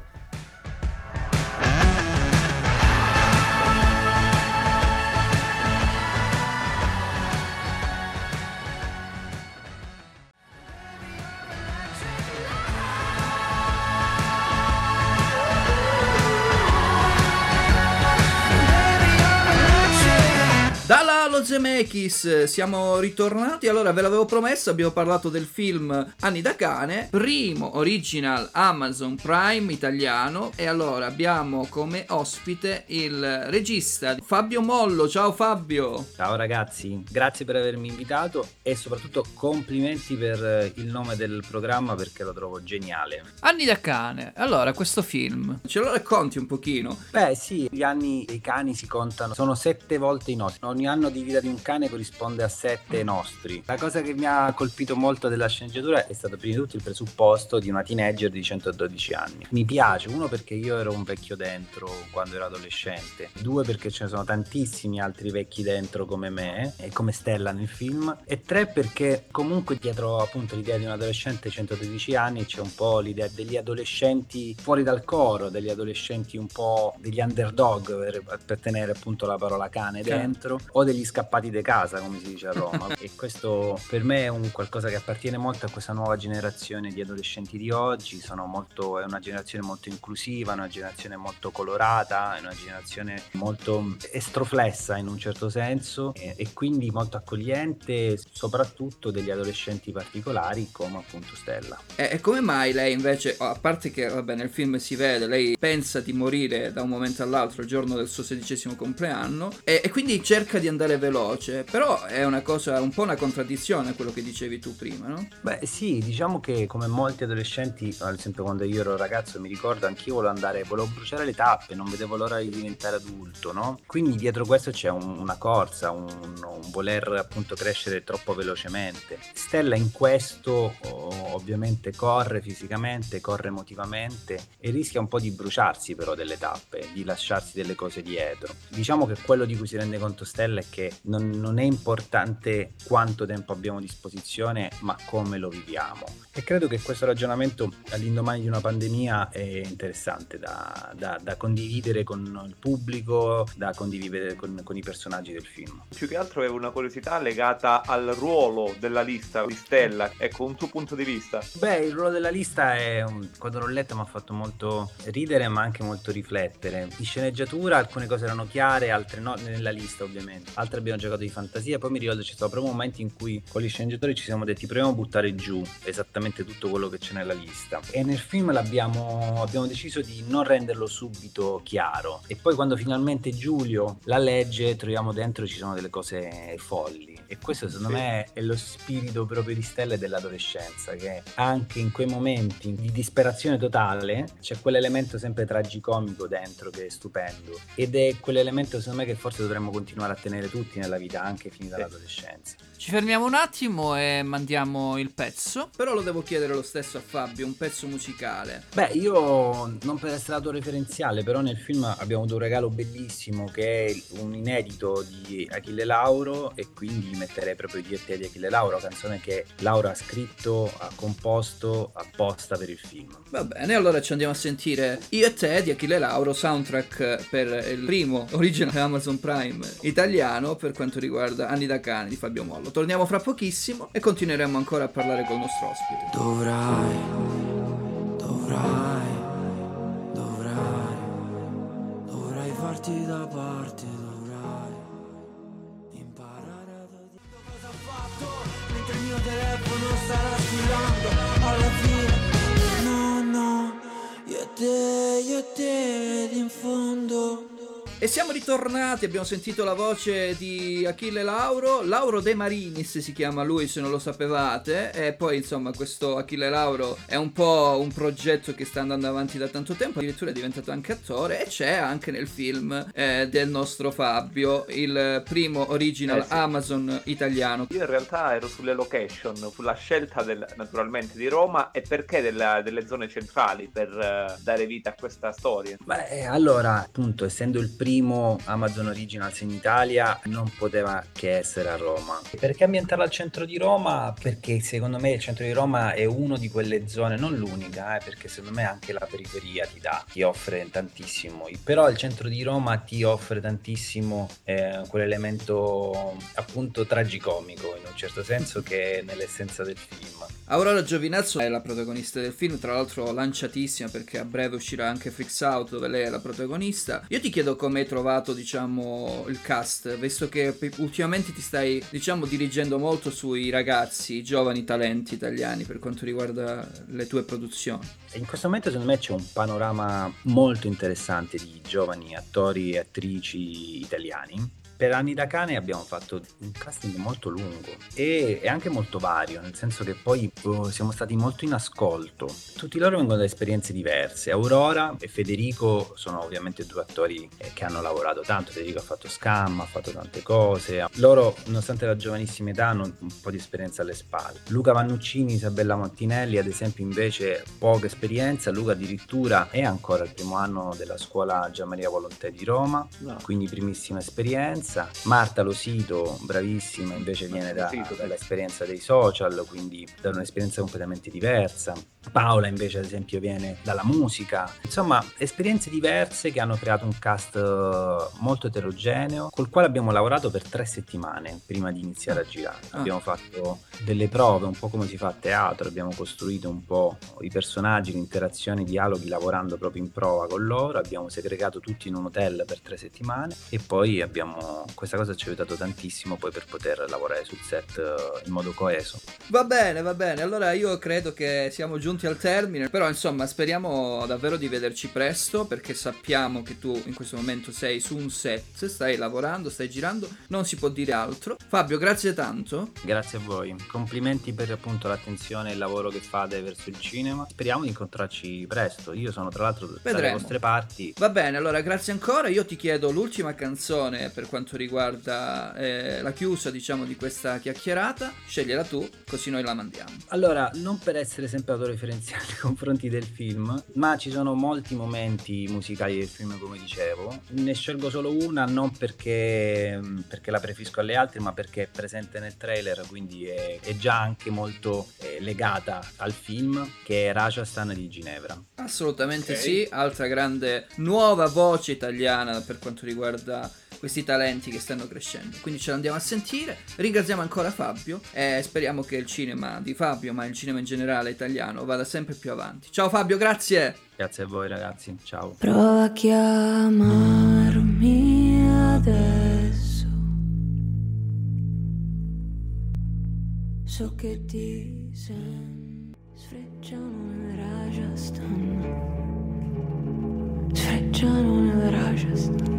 Dalla allo Zemeckis siamo ritornati. Allora, ve l'avevo promesso, abbiamo parlato del film Anni da cane, primo original Amazon Prime italiano. E allora abbiamo come ospite il regista Fabio Mollo. Ciao Fabio. Ciao ragazzi, grazie per avermi invitato e soprattutto complimenti per il nome del programma, perché lo trovo geniale. Anni da cane. Allora, questo film ce lo racconti un pochino? Beh sì, gli anni dei cani si contano, sono 7 volte i nostri. Ogni anno di vita di un cane corrisponde a 7 nostri. La cosa che mi ha colpito molto della sceneggiatura è stato prima di tutto il presupposto di una teenager di 112 anni. Mi piace, uno perché io ero un vecchio dentro quando ero adolescente, due perché ce ne sono tantissimi altri vecchi dentro come me e come Stella nel film, e tre perché comunque dietro appunto l'idea di un adolescente di 112 anni c'è un po' l'idea degli adolescenti fuori dal coro, degli adolescenti un po' degli underdog, per tenere appunto la parola cane dentro, o degli scappati di casa come si dice a Roma. E questo per me è un qualcosa che appartiene molto a questa nuova generazione di adolescenti di oggi. È una generazione molto inclusiva, una generazione molto colorata, è una generazione molto estroflessa in un certo senso, e quindi molto accogliente, soprattutto degli adolescenti particolari come appunto Stella. E come mai lei invece, a parte che vabbè nel film si vede, lei pensa di morire da un momento all'altro il giorno del suo 16° compleanno e quindi cerca di andare veloce, però è una cosa, un po' una contraddizione quello che dicevi tu prima, no? Beh sì, diciamo che come molti adolescenti, ad esempio quando io ero ragazzo, mi ricordo anch'io volevo bruciare le tappe, non vedevo l'ora di diventare adulto, no? Quindi dietro questo c'è una corsa, un voler appunto crescere troppo velocemente. Stella in questo ovviamente corre fisicamente, corre emotivamente e rischia un po' di bruciarsi però delle tappe, di lasciarsi delle cose dietro. Diciamo che quello di cui si rende conto Stella è che non è importante quanto tempo abbiamo a disposizione, ma come lo viviamo. E credo che questo ragionamento all'indomani di una pandemia è interessante da condividere con il pubblico, da condividere con i personaggi del film. Più che altro avevo una curiosità legata al ruolo della lista di Stella. Ecco, un tuo punto di vista. Beh, il ruolo della lista quando l'ho letto mi ha fatto molto ridere ma anche molto riflettere. In sceneggiatura alcune cose erano chiare, altre no, nella lista ovviamente. Altre abbiamo giocato di fantasia, poi mi ricordo c'è stato proprio un momento in cui con gli sceneggiatori ci siamo detti proviamo a buttare giù esattamente tutto quello che c'è nella lista. E nel film abbiamo deciso di non renderlo subito chiaro. E poi quando finalmente Giulio la legge troviamo dentro ci sono delle cose folli. E questo secondo me è lo spirito proprio di Stella e dell'adolescenza, che anche in quei momenti di disperazione totale c'è quell'elemento sempre tragicomico dentro che è stupendo, ed è quell'elemento secondo me che forse dovremmo continuare a tenere tutti nella vita anche finita l'adolescenza. Ci fermiamo un attimo e mandiamo il pezzo. Però lo devo chiedere lo stesso a Fabio, un pezzo musicale. Beh, io non per essere autoreferenziale, però nel film abbiamo avuto un regalo bellissimo che è un inedito di Achille Lauro, e quindi metterei proprio Dirti di Achille Lauro, canzone che Lauro ha scritto, ha composto apposta per il film. Va bene, allora ci andiamo a sentire Io e te di Achille Lauro, soundtrack per il primo original Amazon Prime italiano per quanto riguarda Anni da cane di Fabio Mollo. Torniamo fra pochissimo e continueremo ancora a parlare col nostro ospite. Dovrai farti da parte, dovrai imparare ad odiare cosa ho fatto, mentre il mio telefono starà squillando. Alla fine, no, io e te ed in fondo E siamo ritornati, abbiamo sentito la voce di Achille Lauro De Marinis si chiama lui, se non lo sapevate, e poi insomma questo Achille Lauro è un po' un progetto che sta andando avanti da tanto tempo, addirittura è diventato anche attore e c'è anche nel film del nostro Fabio, il primo original Sì. Amazon italiano. Io in realtà ero sulle location, sulla scelta naturalmente di Roma e perché delle zone centrali per dare vita a questa storia. Beh, allora, appunto, essendo il primo Amazon Originals in Italia, non poteva che essere a Roma. Perché ambientarla al centro di Roma? Perché secondo me il centro di Roma è uno di quelle zone, non l'unica, perché secondo me anche la periferia ti offre tantissimo. Però il centro di Roma ti offre tantissimo quell'elemento appunto tragicomico, in un certo senso, che è nell'essenza del film. Aurora Giovinazzo è la protagonista del film, tra l'altro lanciatissima perché a breve uscirà anche Freaks Out dove lei è la protagonista. Io ti chiedo come hai trovato, diciamo, il cast, visto che ultimamente ti stai, diciamo, dirigendo molto sui ragazzi, i giovani talenti italiani per quanto riguarda le tue produzioni. In questo momento secondo me c'è un panorama molto interessante di giovani attori e attrici italiani. Per Anni da Cane abbiamo fatto un casting molto lungo e anche molto vario, nel senso che poi siamo stati molto in ascolto. Tutti loro vengono da esperienze diverse. Aurora e Federico sono ovviamente due attori che hanno lavorato tanto. Federico ha fatto Scam, ha fatto tante cose. Loro, nonostante la giovanissima età, hanno un po' di esperienza alle spalle. Luca Vannuccini, Isabella Montinelli, ad esempio, invece poca esperienza. Luca addirittura è ancora il primo anno della scuola Gian Maria Volontè di Roma, quindi primissima esperienza. Marta Losito, bravissima, invece viene dall'esperienza dei social, quindi da un'esperienza completamente diversa. Paola invece ad esempio viene dalla musica. Insomma, esperienze diverse che hanno creato un cast molto eterogeneo, col quale abbiamo lavorato per 3 settimane prima di iniziare a girare. Abbiamo fatto delle prove, un po' come si fa a teatro, abbiamo costruito un po' i personaggi, le interazioni, i dialoghi, lavorando proprio in prova con loro. Abbiamo segregato tutti in un hotel per 3 settimane e poi questa cosa ci ha aiutato tantissimo poi per poter lavorare sul set in modo coeso. Va bene, allora io credo che siamo giunti al termine, però insomma speriamo davvero di vederci presto, perché sappiamo che tu in questo momento sei su un set, stai lavorando, stai girando, non si può dire altro. Fabio, grazie tanto. Grazie a voi, complimenti per appunto l'attenzione e il lavoro che fate verso il cinema. Speriamo di incontrarci presto, io sono tra l'altro dalle vostre parti. Va bene, allora grazie ancora. Io ti chiedo l'ultima canzone per quanto riguarda la chiusa, diciamo, di questa chiacchierata. Scegliela tu, così noi la mandiamo. Allora, non per essere sempre autoreferenziale nei confronti del film, ma ci sono molti momenti musicali del film, come dicevo. Ne scelgo solo una, non perché la preferisco alle altre, ma perché è presente nel trailer, quindi è già anche molto legata al film, che è Rajasthan di Ginevra. Assolutamente sì, altra grande nuova voce italiana per quanto riguarda questi talenti che stanno crescendo, quindi ce l'andiamo a sentire. Ringraziamo ancora Fabio e speriamo che il cinema di Fabio, ma il cinema in generale italiano, vada sempre più avanti. Ciao Fabio, grazie. Grazie a voi ragazzi, ciao. Prova a chiamarmi adesso, so che ti senti, sfrecciano nel Rajasthan, sfrecciano nel Rajasthan,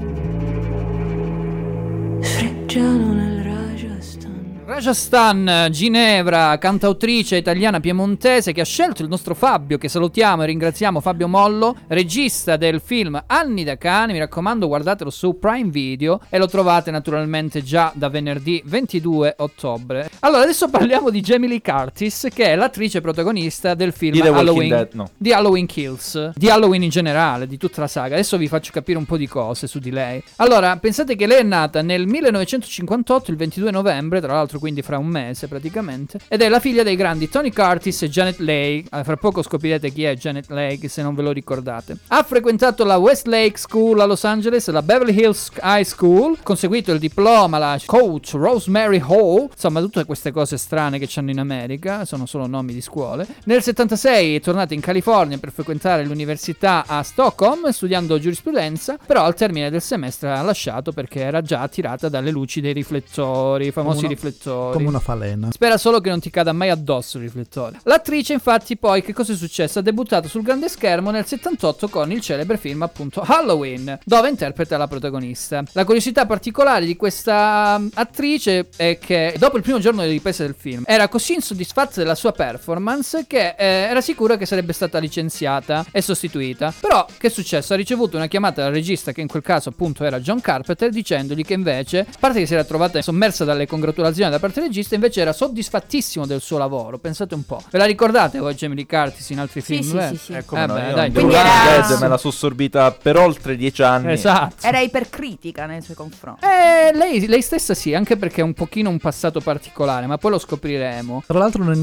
sfrecciano nel Rajasthan. Rajasthan, Ginevra, cantautrice italiana piemontese che ha scelto il nostro Fabio, che salutiamo e ringraziamo, Fabio Mollo, regista del film Anni da Cane. Mi raccomando, guardatelo su Prime Video e lo trovate naturalmente già da venerdì 22 ottobre. Allora, adesso parliamo di Jamie Lee Curtis, che è l'attrice protagonista del film Di The Walking Halloween, Dead, no. di Halloween Kills, di Halloween in generale, di tutta la saga. Adesso vi faccio capire un po' di cose su di lei. Allora, pensate che lei è nata nel 1958, il 22 novembre, tra l'altro quindi fra un mese praticamente, ed è la figlia dei grandi Tony Curtis e Janet Leigh. Fra poco scoprirete chi è Janet Leigh, se non ve lo ricordate. Ha frequentato la Westlake School a Los Angeles, la Beverly Hills High School, conseguito il diploma, la Coach Rosemary Hall, insomma tutte queste cose strane che c'hanno in America, sono solo nomi di scuole. Nel 76 è tornata in California per frequentare l'università a Stockholm, studiando giurisprudenza, però al termine del semestre ha lasciato perché era già attirata dalle luci dei riflettori, i famosi riflettori. riflettori. Come una falena. Spera solo che non ti cada mai addosso il riflettore. L'attrice infatti poi che cosa è successo? Ha debuttato sul grande schermo nel 78 con il celebre film appunto Halloween, dove interpreta la protagonista. La curiosità particolare di questa attrice è che dopo il primo giorno di ripresa del film era così insoddisfatta della sua performance che era sicura che sarebbe stata licenziata e sostituita. Però che è successo? Ha ricevuto una chiamata dal regista, che in quel caso appunto era John Carpenter, dicendogli che invece, a parte che si era trovata sommersa dalle congratulazioni da parte del regista, invece era soddisfattissimo del suo lavoro. Pensate un po'. Ve la ricordate voi Jamie Lee Curtis in altri film? Sì. Come no, io dai, The Walking Dead me la so assorbita per oltre 10 anni. Esatto. Era ipercritica nei suoi confronti. Lei stessa sì, anche perché è un pochino un passato particolare, ma poi lo scopriremo. Tra l'altro nel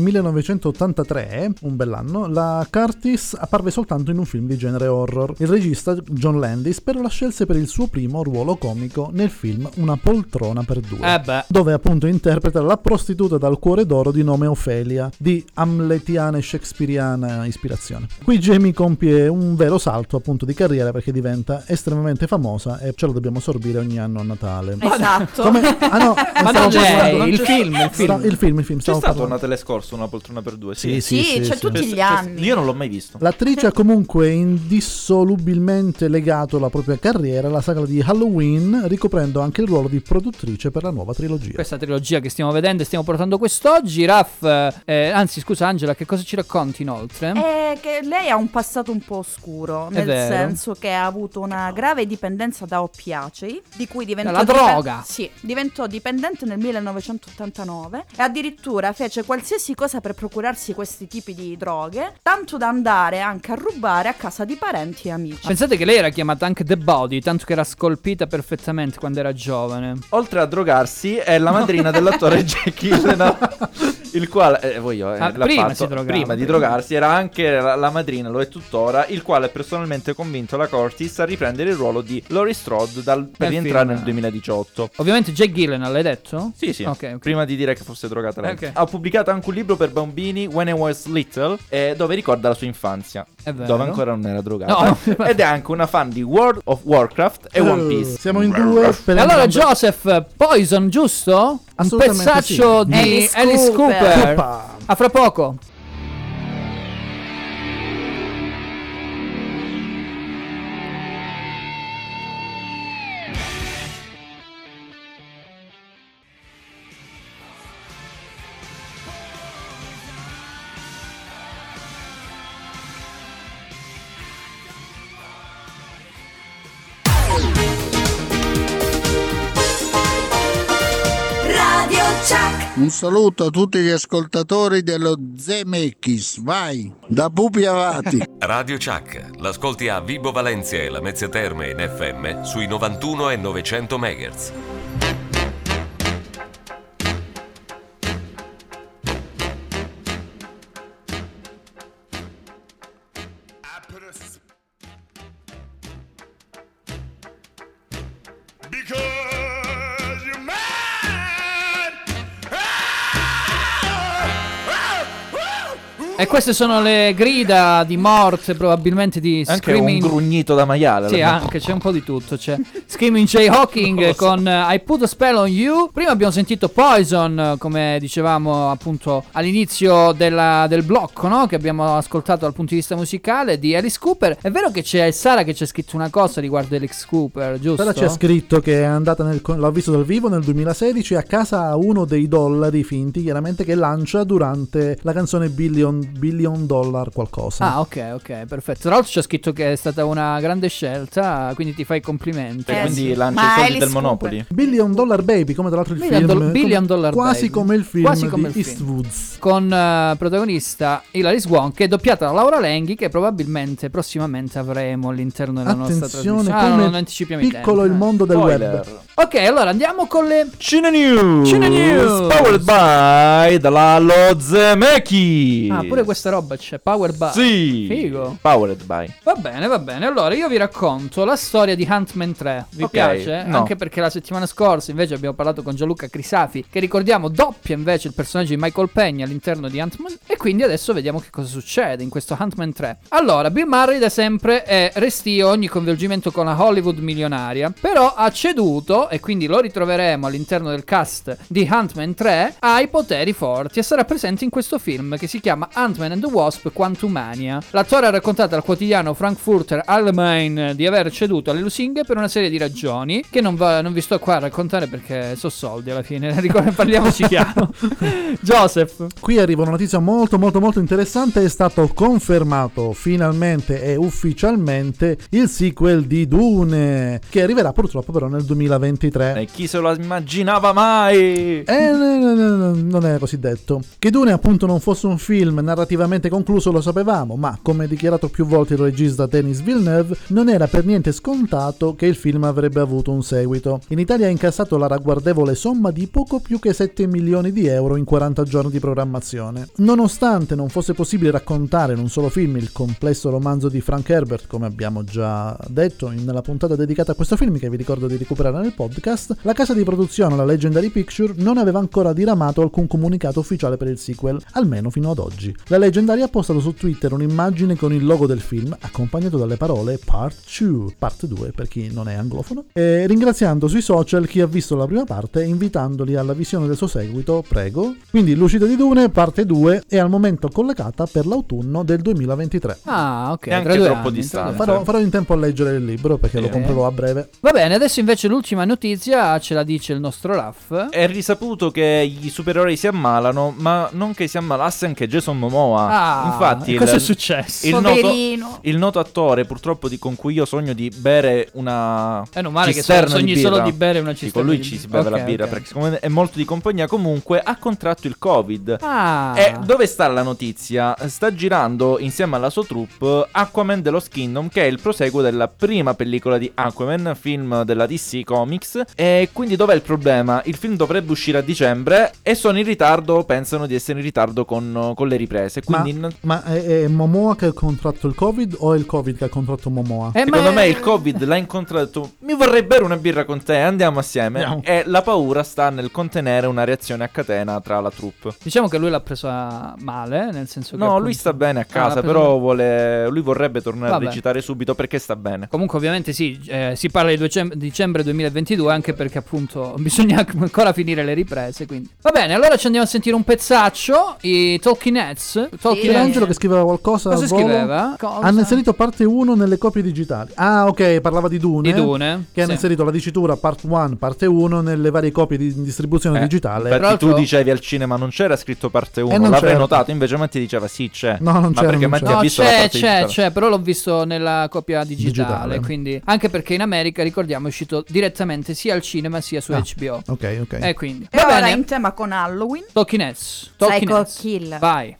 1983, un bell'anno, la Curtis apparve soltanto in un film di genere horror. Il regista John Landis però la scelse per il suo primo ruolo comico nel film Una poltrona per due, dove appunto interpreta la prostituta dal cuore d'oro di nome Ofelia, di hamletiana e shakespeariana ispirazione. Qui Jamie compie un vero salto appunto di carriera, perché diventa estremamente famosa e ce lo dobbiamo sorbire ogni anno a Natale. Esatto. Ma non lei, il film. C'è stato a Natale scorso Una poltrona per due? Sì, c'è tutti gli anni. Io non l'ho mai visto. L'attrice ha comunque indissolubilmente legato la propria carriera alla saga di Halloween, ricoprendo anche il ruolo di produttrice per la nuova trilogia. Questa trilogia che stiamo vedendo e stiamo portando quest'oggi. Anzi scusa Angela, che cosa ci racconti inoltre? Che lei ha un passato un po' oscuro, nel senso che ha avuto una grave dipendenza da oppiacei, di cui diventò droga. Sì, diventò dipendente nel 1989 e addirittura fece qualsiasi cosa per procurarsi questi tipi di droghe, tanto da andare anche a rubare a casa di parenti e amici. Pensate che lei era chiamata anche The Body, tanto che era scolpita perfettamente quando era giovane. Oltre a drogarsi è la madrina dell'attore Jack Gyllenhaal, il quale prima di drogarsi era anche la madrina, lo è tuttora, il quale è personalmente convinto la Curtis a riprendere il ruolo di Laurie Strode per rientrare nel 2018. Ovviamente Jack Gyllenhaal, l'hai detto? Sì. Okay. Prima di dire che fosse drogata lei. Okay. Ha pubblicato anche un libro per bambini, When I Was Little, dove ricorda la sua infanzia, dove ancora non era drogata. No. Ed è anche una fan di World of Warcraft e One Piece. Siamo in due per allora Joseph, Poison, giusto? Un pezzaccio di Alice Cooper. A fra poco. Radio Chuck. Un saluto a tutti gli ascoltatori dello Zemeckis, vai, da Pupi Avati. Radio Chuck, l'ascolti a Vibo Valencia e Lamezia Terme in FM sui 91 e 900 MHz. E queste sono le grida di morte, probabilmente di anche Screaming. Un grugnito da maiale. Sì, anche c'è un po' di tutto. C'è Screaming Jay Hawking con I Put a Spell on You. Prima abbiamo sentito Poison, come dicevamo appunto all'inizio del blocco, no? Che abbiamo ascoltato dal punto di vista musicale di Alice Cooper. È vero che c'è Sara che c'è scritto una cosa riguardo Alice Cooper, giusto? Sara c'è scritto che è andata l'ho visto dal vivo nel 2016 a casa a uno dei dollari finti, chiaramente, che lancia durante la canzone Billion Dollar qualcosa. Ah, ok, perfetto. Tra l'altro c'è scritto che è stata una grande scelta, quindi ti fai complimenti. E quindi lancia i soldi del Monopoly. Billion Dollar Baby, come tra l'altro il film Billion Dollar quasi Baby. Come il film Quasi come di il film. Eastwoods, con protagonista Hilary Swank, che è doppiata da Laura Lenghi, che probabilmente prossimamente avremo all'interno della nostra trasmissione. Come non anticipiamo i piccolo tempi. il mondo del web. Ok, allora andiamo con le Cine News. Powered by dalla Lo Zemeckis. pure questa roba c'è. Powered by. Sì. Figo. Powered by. Va bene, va bene. Allora io vi racconto la storia di Ant-Man 3. Vi Ok, piace? no. Anche perché la settimana scorsa invece abbiamo parlato con Gianluca Crisafi, che ricordiamo doppia invece il personaggio di Michael Pena all'interno di Ant-Man. E quindi adesso vediamo che cosa succede in questo Ant-Man 3. Allora, Bill Murray da sempre è restio ogni coinvolgimento con la Hollywood milionaria, però ha ceduto, e quindi lo ritroveremo all'interno del cast di Ant-Man 3, ha i poteri forti e sarà presente in questo film che si chiama Ant-Man and the Wasp Quantumania. L'attore ha raccontato al quotidiano Frankfurter Allgemeine di aver ceduto alle lusinghe per una serie di ragioni che non vi sto qua a raccontare perché so soldi alla fine. Parliamoci chiaro. Joseph. Qui arriva una notizia molto molto molto interessante. È stato confermato finalmente e ufficialmente il sequel di Dune, che arriverà purtroppo però nel 2023. E chi se lo immaginava mai? Non è così detto. Che Dune appunto non fosse un film narrativamente concluso lo sapevamo, ma come dichiarato più volte il regista Denis Villeneuve, non era per niente scontato che il film avrebbe avuto un seguito. In Italia ha incassato la ragguardevole somma di poco più che 7 milioni di euro in 40 giorni di programmazione. Nonostante non fosse possibile raccontare in un solo film il complesso romanzo di Frank Herbert, come abbiamo già detto nella puntata dedicata a questo film che vi ricordo di recuperare nel podcast, la casa di produzione, la Legendary Picture, non aveva ancora diramato alcun comunicato ufficiale per il sequel, almeno fino ad oggi. La Legendary ha postato su Twitter un'immagine con il logo del film, accompagnato dalle parole Part 2, parte 2 per chi non è anglofono, e ringraziando sui social chi ha visto la prima parte e invitandoli alla visione del suo seguito, prego. Quindi l'uscita di Dune, parte 2, è al momento collegata per l'autunno del 2023. Ah, ok. Neanche tra 2 troppo anni, distante. Farò in tempo a leggere il libro perché lo comprerò a breve. Va bene, adesso invece l'ultima notizia ce la dice il nostro Raff. È risaputo che i supereroi si ammalano, ma non che si ammalasse anche Jason Momoa. Ah, infatti, cosa è successo? Poverino. Il noto attore, purtroppo, con cui io sogno di bere una non male che cisterna sogni di birra. solo di bere una Sì, cisterna con lui di ci si birra. beve la Ok, birra, ok. perché siccome è molto di compagnia, comunque ha contratto il Covid. Ah. E dove sta la notizia? Sta girando insieme alla sua troupe Aquaman The Lost Kingdom, che è il proseguo della prima pellicola di Aquaman, film della DC Comics. E quindi dov'è il problema? Il film dovrebbe uscire a dicembre e sono in ritardo, pensano di essere in ritardo con le riprese. Quindi Ma è Momoa che ha contratto il Covid o è il Covid che ha contratto Momoa? secondo me il Covid l'ha incontrato. Mi vorrei bere una birra con te, andiamo assieme. Andiamo. E la paura sta nel contenere una reazione a catena tra la troupe. Diciamo che lui l'ha presa male, nel senso che No, appunto- lui sta bene a casa, l'ha preso però lui vorrebbe tornare Vabbè. a recitare subito perché sta bene. Comunque ovviamente sì, si parla di dicembre 2022 anche perché appunto bisogna ancora finire le riprese, quindi. Va bene, allora ci andiamo a sentire un pezzaccio, i Talking Heads. C'era Angelo che scriveva qualcosa. Cosa al volo. scriveva? Cosa? Hanno inserito parte 1 nelle copie digitali. Ah, ok, parlava di Dune. Di Dune, Che hanno sì. inserito la dicitura part 1, parte 1 nelle varie copie di distribuzione digitale. Infatti tu dicevi al cinema non c'era scritto parte 1, non l'avrei c'era. notato, invece Matti diceva sì c'è. No, non ma c'era, perché non Matti c'era. ha No, visto la parte digitale. c'è, però l'ho visto nella copia digitale, Digitale. quindi anche perché in America ricordiamo è uscito direttamente sia al cinema sia su HBO. Ok, ok. E quindi E va ora bene. in tema con Halloween. Talking Heads. Talking Psycho Heads. Killer. Vai.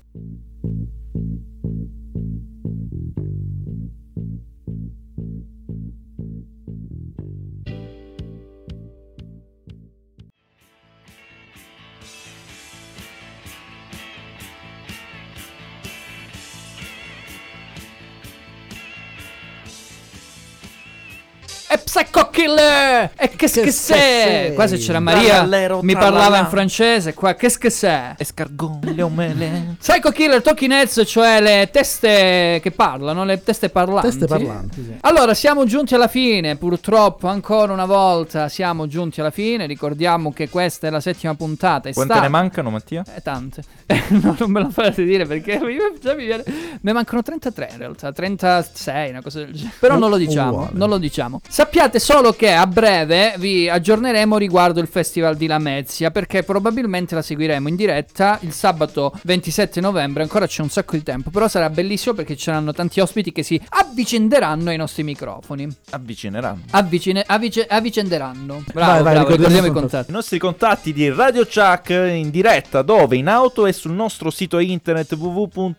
E Psycho Killer! E che sei? Qua se c'era Maria Trallallero, mi trallallà. parlava in francese, qua che sei? Escargot, le omele. Psycho Killer, Talking Heads, cioè le teste che parlano, le teste parlanti. Teste parlanti, sì. Allora, siamo giunti alla fine, purtroppo, ancora una volta siamo giunti alla fine. Ricordiamo che questa è la 7ª puntata. Quante ne mancano, Mattia? Tante. No, non me lo fate dire perché già mi viene. Ne mancano 33 in realtà, 36, una cosa del genere. Però non lo diciamo, Uguale. non lo diciamo. Sappiate solo che a breve vi aggiorneremo riguardo il Festival di Lamezia, perché probabilmente la seguiremo in diretta il sabato 27 novembre. Ancora c'è un sacco di tempo, però sarà bellissimo perché ci saranno tanti ospiti che si avvicenderanno ai nostri microfoni. Avvicineranno. Avvicenderanno. Bravo, Vai, bravo, ricordiamo ricordiamo i i contatti. I nostri contatti di Radio Chuck in diretta, dove? In auto e sul nostro sito internet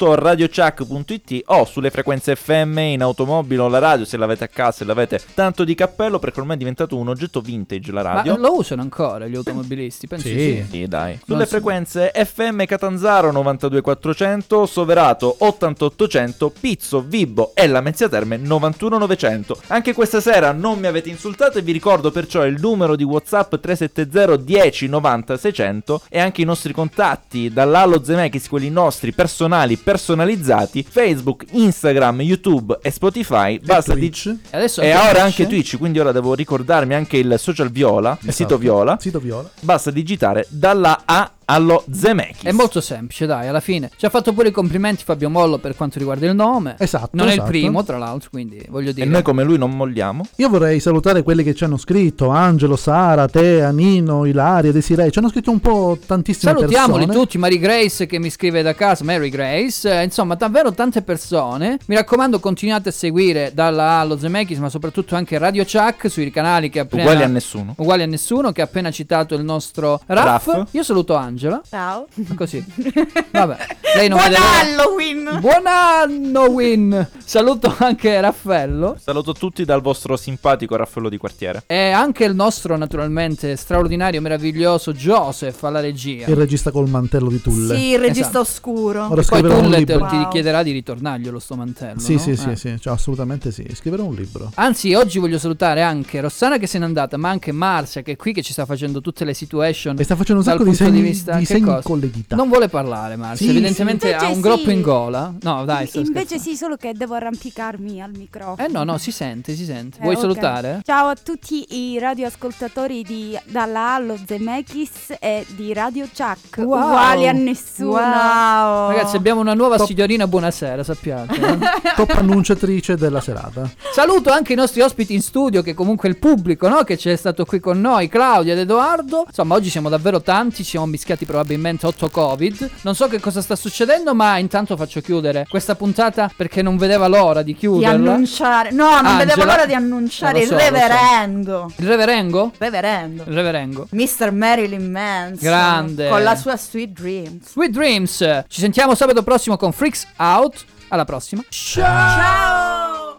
www.radiochuck.it o sulle frequenze FM in automobile o la radio se l'avete a casa, se l'avete tanto di cappello perché ormai è diventato un oggetto vintage la radio. Ma lo usano ancora gli automobilisti? Penso sì. Sì, dai. Non Sulle so. frequenze FM Catanzaro 92400, Soverato 88800, Pizzo, Vibbo e Lamezia Terme 91900. Anche questa sera non mi avete insultato e vi ricordo perciò il numero di WhatsApp 370 10 90 600 e anche i nostri contatti dall'Allo Zemeckis, quelli nostri personali, personalizzati, Facebook, Instagram, YouTube e Spotify. Basta Twitch. E ora anche Twitch, quindi ora devo ricordarmi anche il social Viola, il sito Viola. Sito Viola. Basta digitare dalla A allo Zemeckis. È molto semplice, dai, alla fine. Ci ha fatto pure i complimenti Fabio Mollo per quanto riguarda il nome. Esatto. Non è il esatto. primo, tra l'altro, quindi voglio E dire. noi come lui non molliamo. Io vorrei salutare quelli che ci hanno scritto: Angelo, Sara, Tea, Nino, Ilaria, Desiree. Ci hanno scritto un po' tantissime Salutiamoli persone. tutti, Mary Grace che mi scrive da casa, Mary Grace, insomma davvero tante persone. Mi raccomando, continuate a seguire dalla A allo Zemeckis, ma soprattutto anche Radio Chuck sui canali che appena Uguali a nessuno. Uguali a nessuno, che ha appena citato il nostro Raff. Raff. Io saluto Angela. Ciao. Così. Vabbè. Lei non Buon vede l'ora. Halloween. Buon anno, Win. Saluto anche Raffaello. Saluto tutti dal vostro simpatico Raffaello di quartiere. E anche il nostro, naturalmente, straordinario, meraviglioso Joseph alla regia. Il regista col mantello di tulle. Sì, il regista Esatto. oscuro. Ora Poi scriverò un Tulle libro. ti Wow. chiederà di ritornarglielo sto mantello. Sì, no? sì, sì, sì, cioè, assolutamente sì. Scriverò un libro. Anzi, oggi voglio salutare anche Rossana che se n'è andata, ma anche Marzia che è qui, che ci sta facendo tutte le situation. E sta facendo un dal sacco di punto segni, vista- di che segni cosa? con le dita. Non vuole parlare, Marzia. Sì, Evidentemente sì. ha un Invece groppo sì. in gola. No, dai, sto Invece scherzando. sì, solo che devo arrampicarmi al microfono. No, si sente, si sente. Vuoi ok. salutare? Ciao a tutti i radioascoltatori di Dalla allo Zemeckis e di Radio Chuck. Wow. Uguali a nessuno. Wow. Ragazzi, abbiamo una nuova Top. signorina, buonasera, sappiate. Top annunciatrice della serata. Saluto anche i nostri ospiti in studio, che comunque il pubblico, no? Che c'è stato qui con noi, Claudia ed Edoardo. Insomma, oggi siamo davvero tanti, ci siamo mischiati probabilmente 8 Covid. Non so che cosa sta succedendo, ma intanto faccio chiudere questa puntata perché non vedeva l'ora di Di chiuderla. annunciare. No, non Angela. vedevo l'ora di annunciare Lo so, il reverendo. Il reverengo? Reverendo. Il reverengo. Mr. Marilyn Manson. Grande. Con la sua Sweet Dreams. Sweet Dreams. Ci sentiamo sabato prossimo con Freaks Out. Alla prossima. Ciao.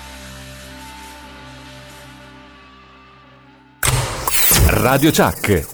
Radio Chuck.